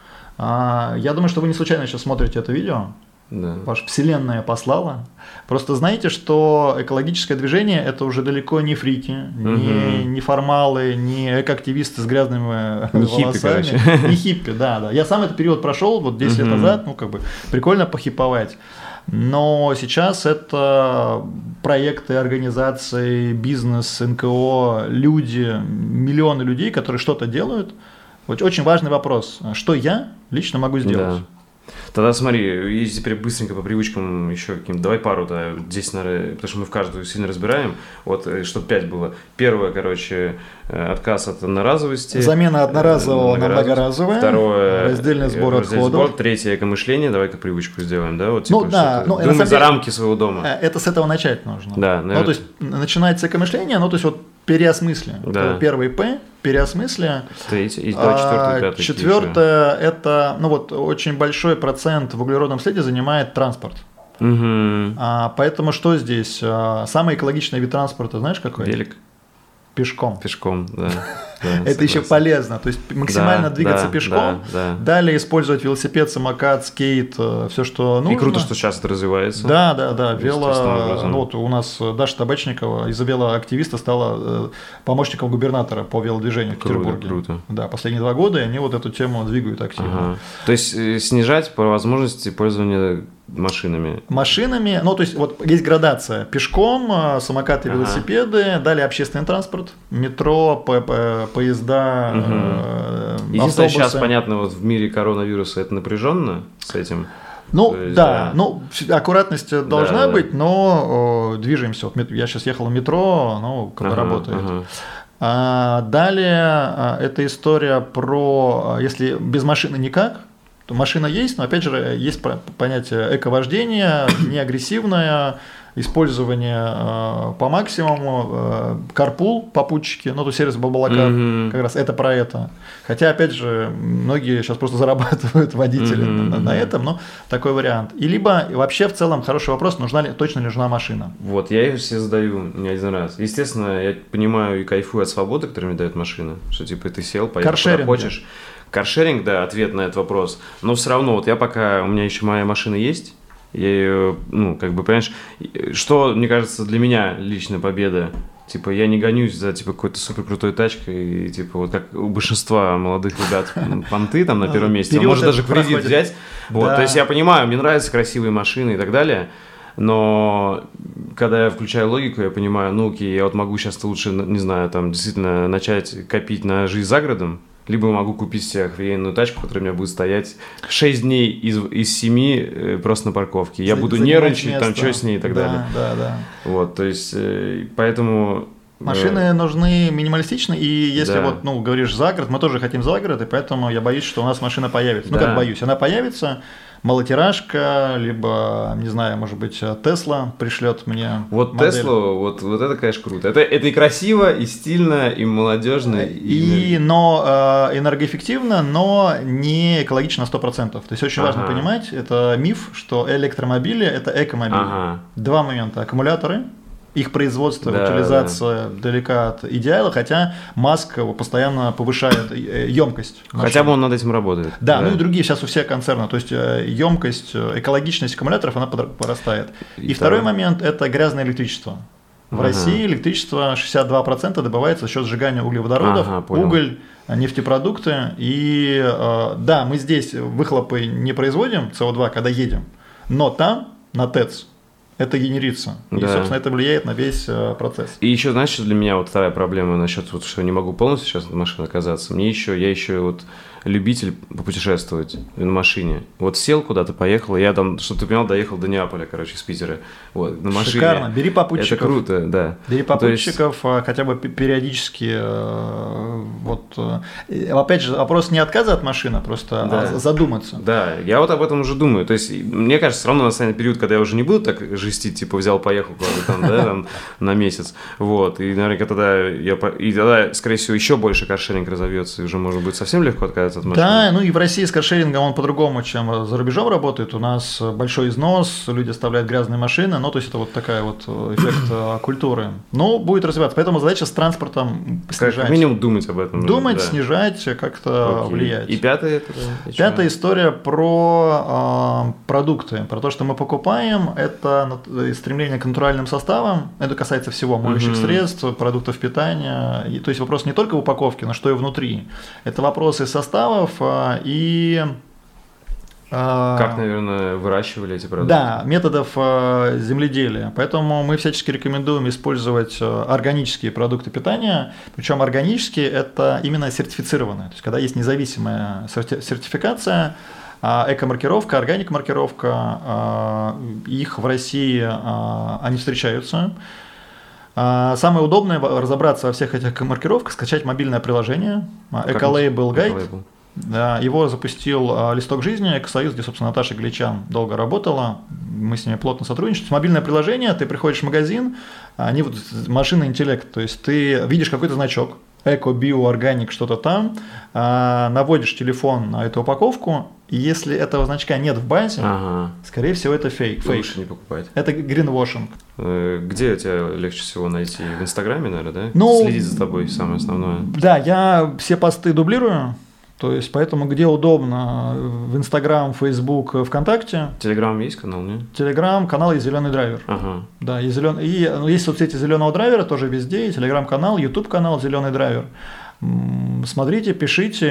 Я думаю, что вы не случайно сейчас смотрите это видео. Да. Ваша вселенная послала. Просто знаете, что экологическое движение – это уже далеко не фрики, не формалы, не экоактивисты с грязными волосами. Хиппи, не хиппи, да. Я сам этот период прошел вот 10 лет назад, ну как бы прикольно похиповать. Но сейчас это проекты, организации, бизнес, НКО, люди, миллионы людей, которые что-то делают. Вот очень важный вопрос. Что я лично могу сделать? Да. Тогда смотри, если теперь быстренько по привычкам еще каким-то, давай пару, да, 10, наверное, потому что мы в каждую сильно разбираем, вот, чтобы 5 было. Первое, короче, отказ от одноразовости. Замена одноразового на многоразовое. Второе, раздельный сбор отходов. Третье, экомышление, давай-ка привычку сделаем, да, вот, типа, думай за рамки своего дома. Это с этого начать нужно. Да, наверное. Ну, то есть, начинается экомышление, ну, то есть, вот, переосмыслие. Да. Первый П, переосмыслие. Третье, и четвертое, пятое. Четвертое, это, ну, вот, очень большой процент в углеродном следе занимает транспорт. Поэтому что здесь? Самый экологичный вид транспорта, знаешь, какой? Велик. Пешком. Пешком, да. Это еще полезно, то есть максимально двигаться пешком, далее использовать велосипед, самокат, скейт, все, что нужно. И круто, что сейчас это развивается. Да, вело, ну вот у нас Даша Табачникова из-за велоактивиста стала помощником губернатора по велодвижению в Петербурге. Круто. Да, последние 2 года, и они вот эту тему двигают активно. То есть снижать по возможности пользования машинами, ну то есть вот есть градация: пешком, самокаты, велосипеды, далее общественный транспорт, метро, поезда, Единственное, автобусы. сейчас понятно, вот в мире коронавируса это напряженно с этим. Аккуратность должна быть, но движемся. Вот я сейчас ехал в метро, работает. Далее эта история про, если без машины никак, то машина есть, но опять же есть понятие эковождения, неагрессивное, использование по максимуму, карпул, попутчики, то сервис Баблакар, как раз это про это. Хотя, опять же, многие сейчас просто зарабатывают водители на этом, но такой вариант. И либо вообще в целом хороший вопрос, точно ли нужна машина. Вот, я ее все задаю не один раз. Естественно, я понимаю и кайфую от свободы, которую мне дает машина, что типа ты сел, поехал куда хочешь. Каршеринг, да, ответ на этот вопрос. Но все равно, вот я пока, у меня еще моя машина есть, я ее, понимаешь, что, мне кажется, для меня лично победа. Типа, я не гонюсь за, какой-то супер крутой тачкой, и, вот как у большинства молодых ребят, понты там на первом месте, может даже кредит взять. Вот, то есть я понимаю, мне нравятся красивые машины и так далее, Но когда я включаю логику, я понимаю, ну окей, я вот могу сейчас лучше, не знаю, там действительно начать копить на жизнь за городом, либо могу купить себе охрененную тачку, которая у меня будет стоять 6 дней из 7 просто на парковке. Я буду нервничать, место. Там что с ней и так далее. Да. Вот, то есть, поэтому... Машины нужны минималистично, и если вот, ну, говоришь за город, мы тоже хотим за город, и поэтому я боюсь, что у нас машина появится. Ну, как боюсь, она появится, малотиражка, либо, не знаю, может быть, Тесла пришлет мне вот модель. Теслу, вот это, конечно, круто. Это и красиво, и стильно, и молодежно. Но энергоэффективно, но не экологично на 100%. То есть очень важно понимать, это миф, что электромобили – это экомобили. Два момента. Аккумуляторы. Их производство, утилизация далека от идеала, хотя Маск постоянно повышает емкость. Хотя бы он над этим работает. Да, ну и другие сейчас у всех концернов. То есть емкость, экологичность аккумуляторов, она порастает. И второй момент – это грязное электричество. В России электричество 62% добывается за счет сжигания углеводородов, уголь, нефтепродукты. И да, мы здесь выхлопы не производим, СО2, когда едем, но там, на ТЭЦ, это генерится. И, собственно, это влияет на весь процесс. И еще, знаешь, что для меня вот вторая проблема насчет, вот, что не могу полностью сейчас от машины оказаться. Я еще вот любитель попутешествовать на машине. Вот сел куда-то, поехал, я там, чтобы ты понимал, доехал до Неаполя, короче, из Питера. Вот, на машине. Шикарно, бери попутчиков. Это круто, да. Бери попутчиков, хотя бы периодически. Опять же, вопрос не отказа от машины, просто задуматься. Да, я вот об этом уже думаю. То есть, мне кажется, все равно настанет период, когда я уже не буду так жестить, типа, взял, поехал куда-то там, да, там, на месяц. Вот, и, наверное, тогда, скорее всего, еще больше каршеринг разовьется, и уже, может быть, совсем легко отказаться от машины. Да, ну и в России с каршерингом он по-другому, чем за рубежом работает. У нас большой износ, люди оставляют грязные машины, ну, то есть это вот такая вот эффект культуры. Но будет развиваться, поэтому задача с транспортом снижать. Как минимум думать об этом. Думать, снижать, как-то влиять. И пятая история про продукты, про то, что мы покупаем, это стремление к натуральным составам, это касается всего, моющих средств, продуктов питания, и, то есть вопрос не только в упаковке, но что и внутри. Это вопросы составов и... Как, наверное, выращивали эти продукты? Да, методов земледелия. Поэтому мы всячески рекомендуем использовать органические продукты питания. Причем органические – это именно сертифицированные. То есть, когда есть независимая сертификация, эко-маркировка, органик-маркировка, их в России они встречаются. Самое удобное разобраться во всех этих маркировках, скачать мобильное приложение Ecolabel Guide. Да, его запустил «Листок жизни», Экосоюз, где, собственно, Наташа Гличан долго работала. Мы с ними плотно сотрудничаем. Мобильное приложение, ты приходишь в магазин, они вот машинный интеллект, то есть ты видишь какой-то значок, эко, био, органик, что-то там, наводишь телефон на эту упаковку, и если этого значка нет в базе, скорее всего, это фейк. Лучше не покупать. Это гринвошинг. Где тебя легче всего найти? В Инстаграме, наверное, да? Следить за тобой самое основное. Да, я все посты дублирую. То есть, поэтому где удобно, в Инстаграм, Фейсбук, ВКонтакте. Телеграм есть канал, нет? Телеграм, канал и Зеленый драйвер. Да, есть соцсети Зеленого драйвера тоже везде, и Телеграм-канал, Ютуб-канал Зеленый драйвер. Смотрите, пишите,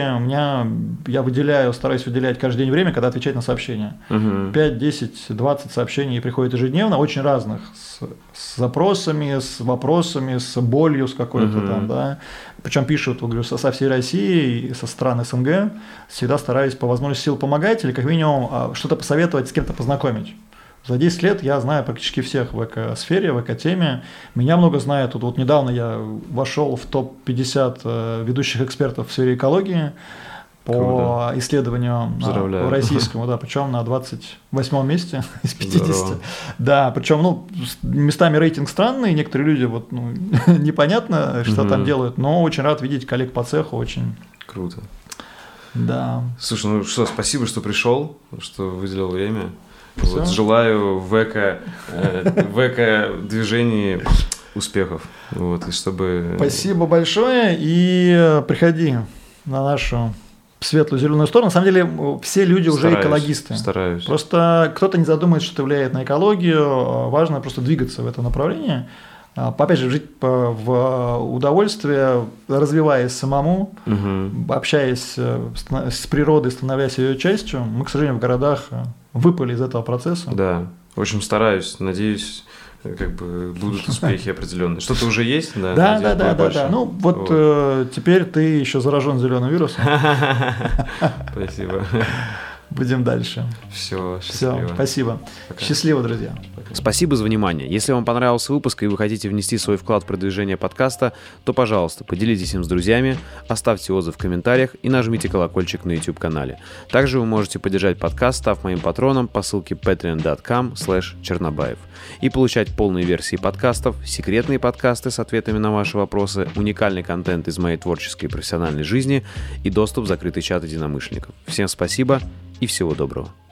я стараюсь выделять каждый день время, когда отвечать на сообщения. 5, 10, 20 сообщений приходит ежедневно, очень разных, с запросами, с вопросами, с болью, с какой-то там, да. Причем пишут, говорю, со всей России и со стран СНГ. Всегда стараюсь по возможности сил помогать или как минимум что-то посоветовать, с кем-то познакомить. За 10 лет я знаю практически всех в эко-сфере, в эко-теме. Меня много знают. Тут вот недавно я вошел в топ-50 ведущих экспертов в сфере экологии по исследованию российскому, да, причем на 28 месте из 50. Здорово. Да, причем, местами рейтинг странный, некоторые люди непонятно, что там делают, но очень рад видеть коллег по цеху, очень круто. Да. Слушай, спасибо, что пришел, что выделил время. Вот, желаю в эко-движении успехов. Вот, и чтобы... Спасибо большое, и приходи на нашу светлую зеленую сторону. На самом деле все люди уже экологисты. Стараюсь. Просто кто-то не задумается, что это влияет на экологию. Важно просто двигаться в это направлении. Опять же, жить в удовольствие, развиваясь самому, общаясь с природой, становясь ее частью. Мы, к сожалению, в городах выпали из этого процесса. Да, В общем, стараюсь, надеюсь, как бы будут успехи определенные. Что-то уже есть? Да. Ну, вот теперь ты еще заражен зеленым вирусом. Спасибо. Будем дальше. Все, счастливо. Спасибо. Пока. Счастливо, друзья. Спасибо за внимание. Если вам понравился выпуск и вы хотите внести свой вклад в продвижение подкаста, то, пожалуйста, поделитесь им с друзьями, оставьте отзыв в комментариях и нажмите колокольчик на YouTube-канале. Также вы можете поддержать подкаст, став моим патроном по ссылке patreon.com/Чернобаев и получать полные версии подкастов, секретные подкасты с ответами на ваши вопросы, уникальный контент из моей творческой и профессиональной жизни и доступ в закрытый чат единомышленников. Всем спасибо и всего доброго.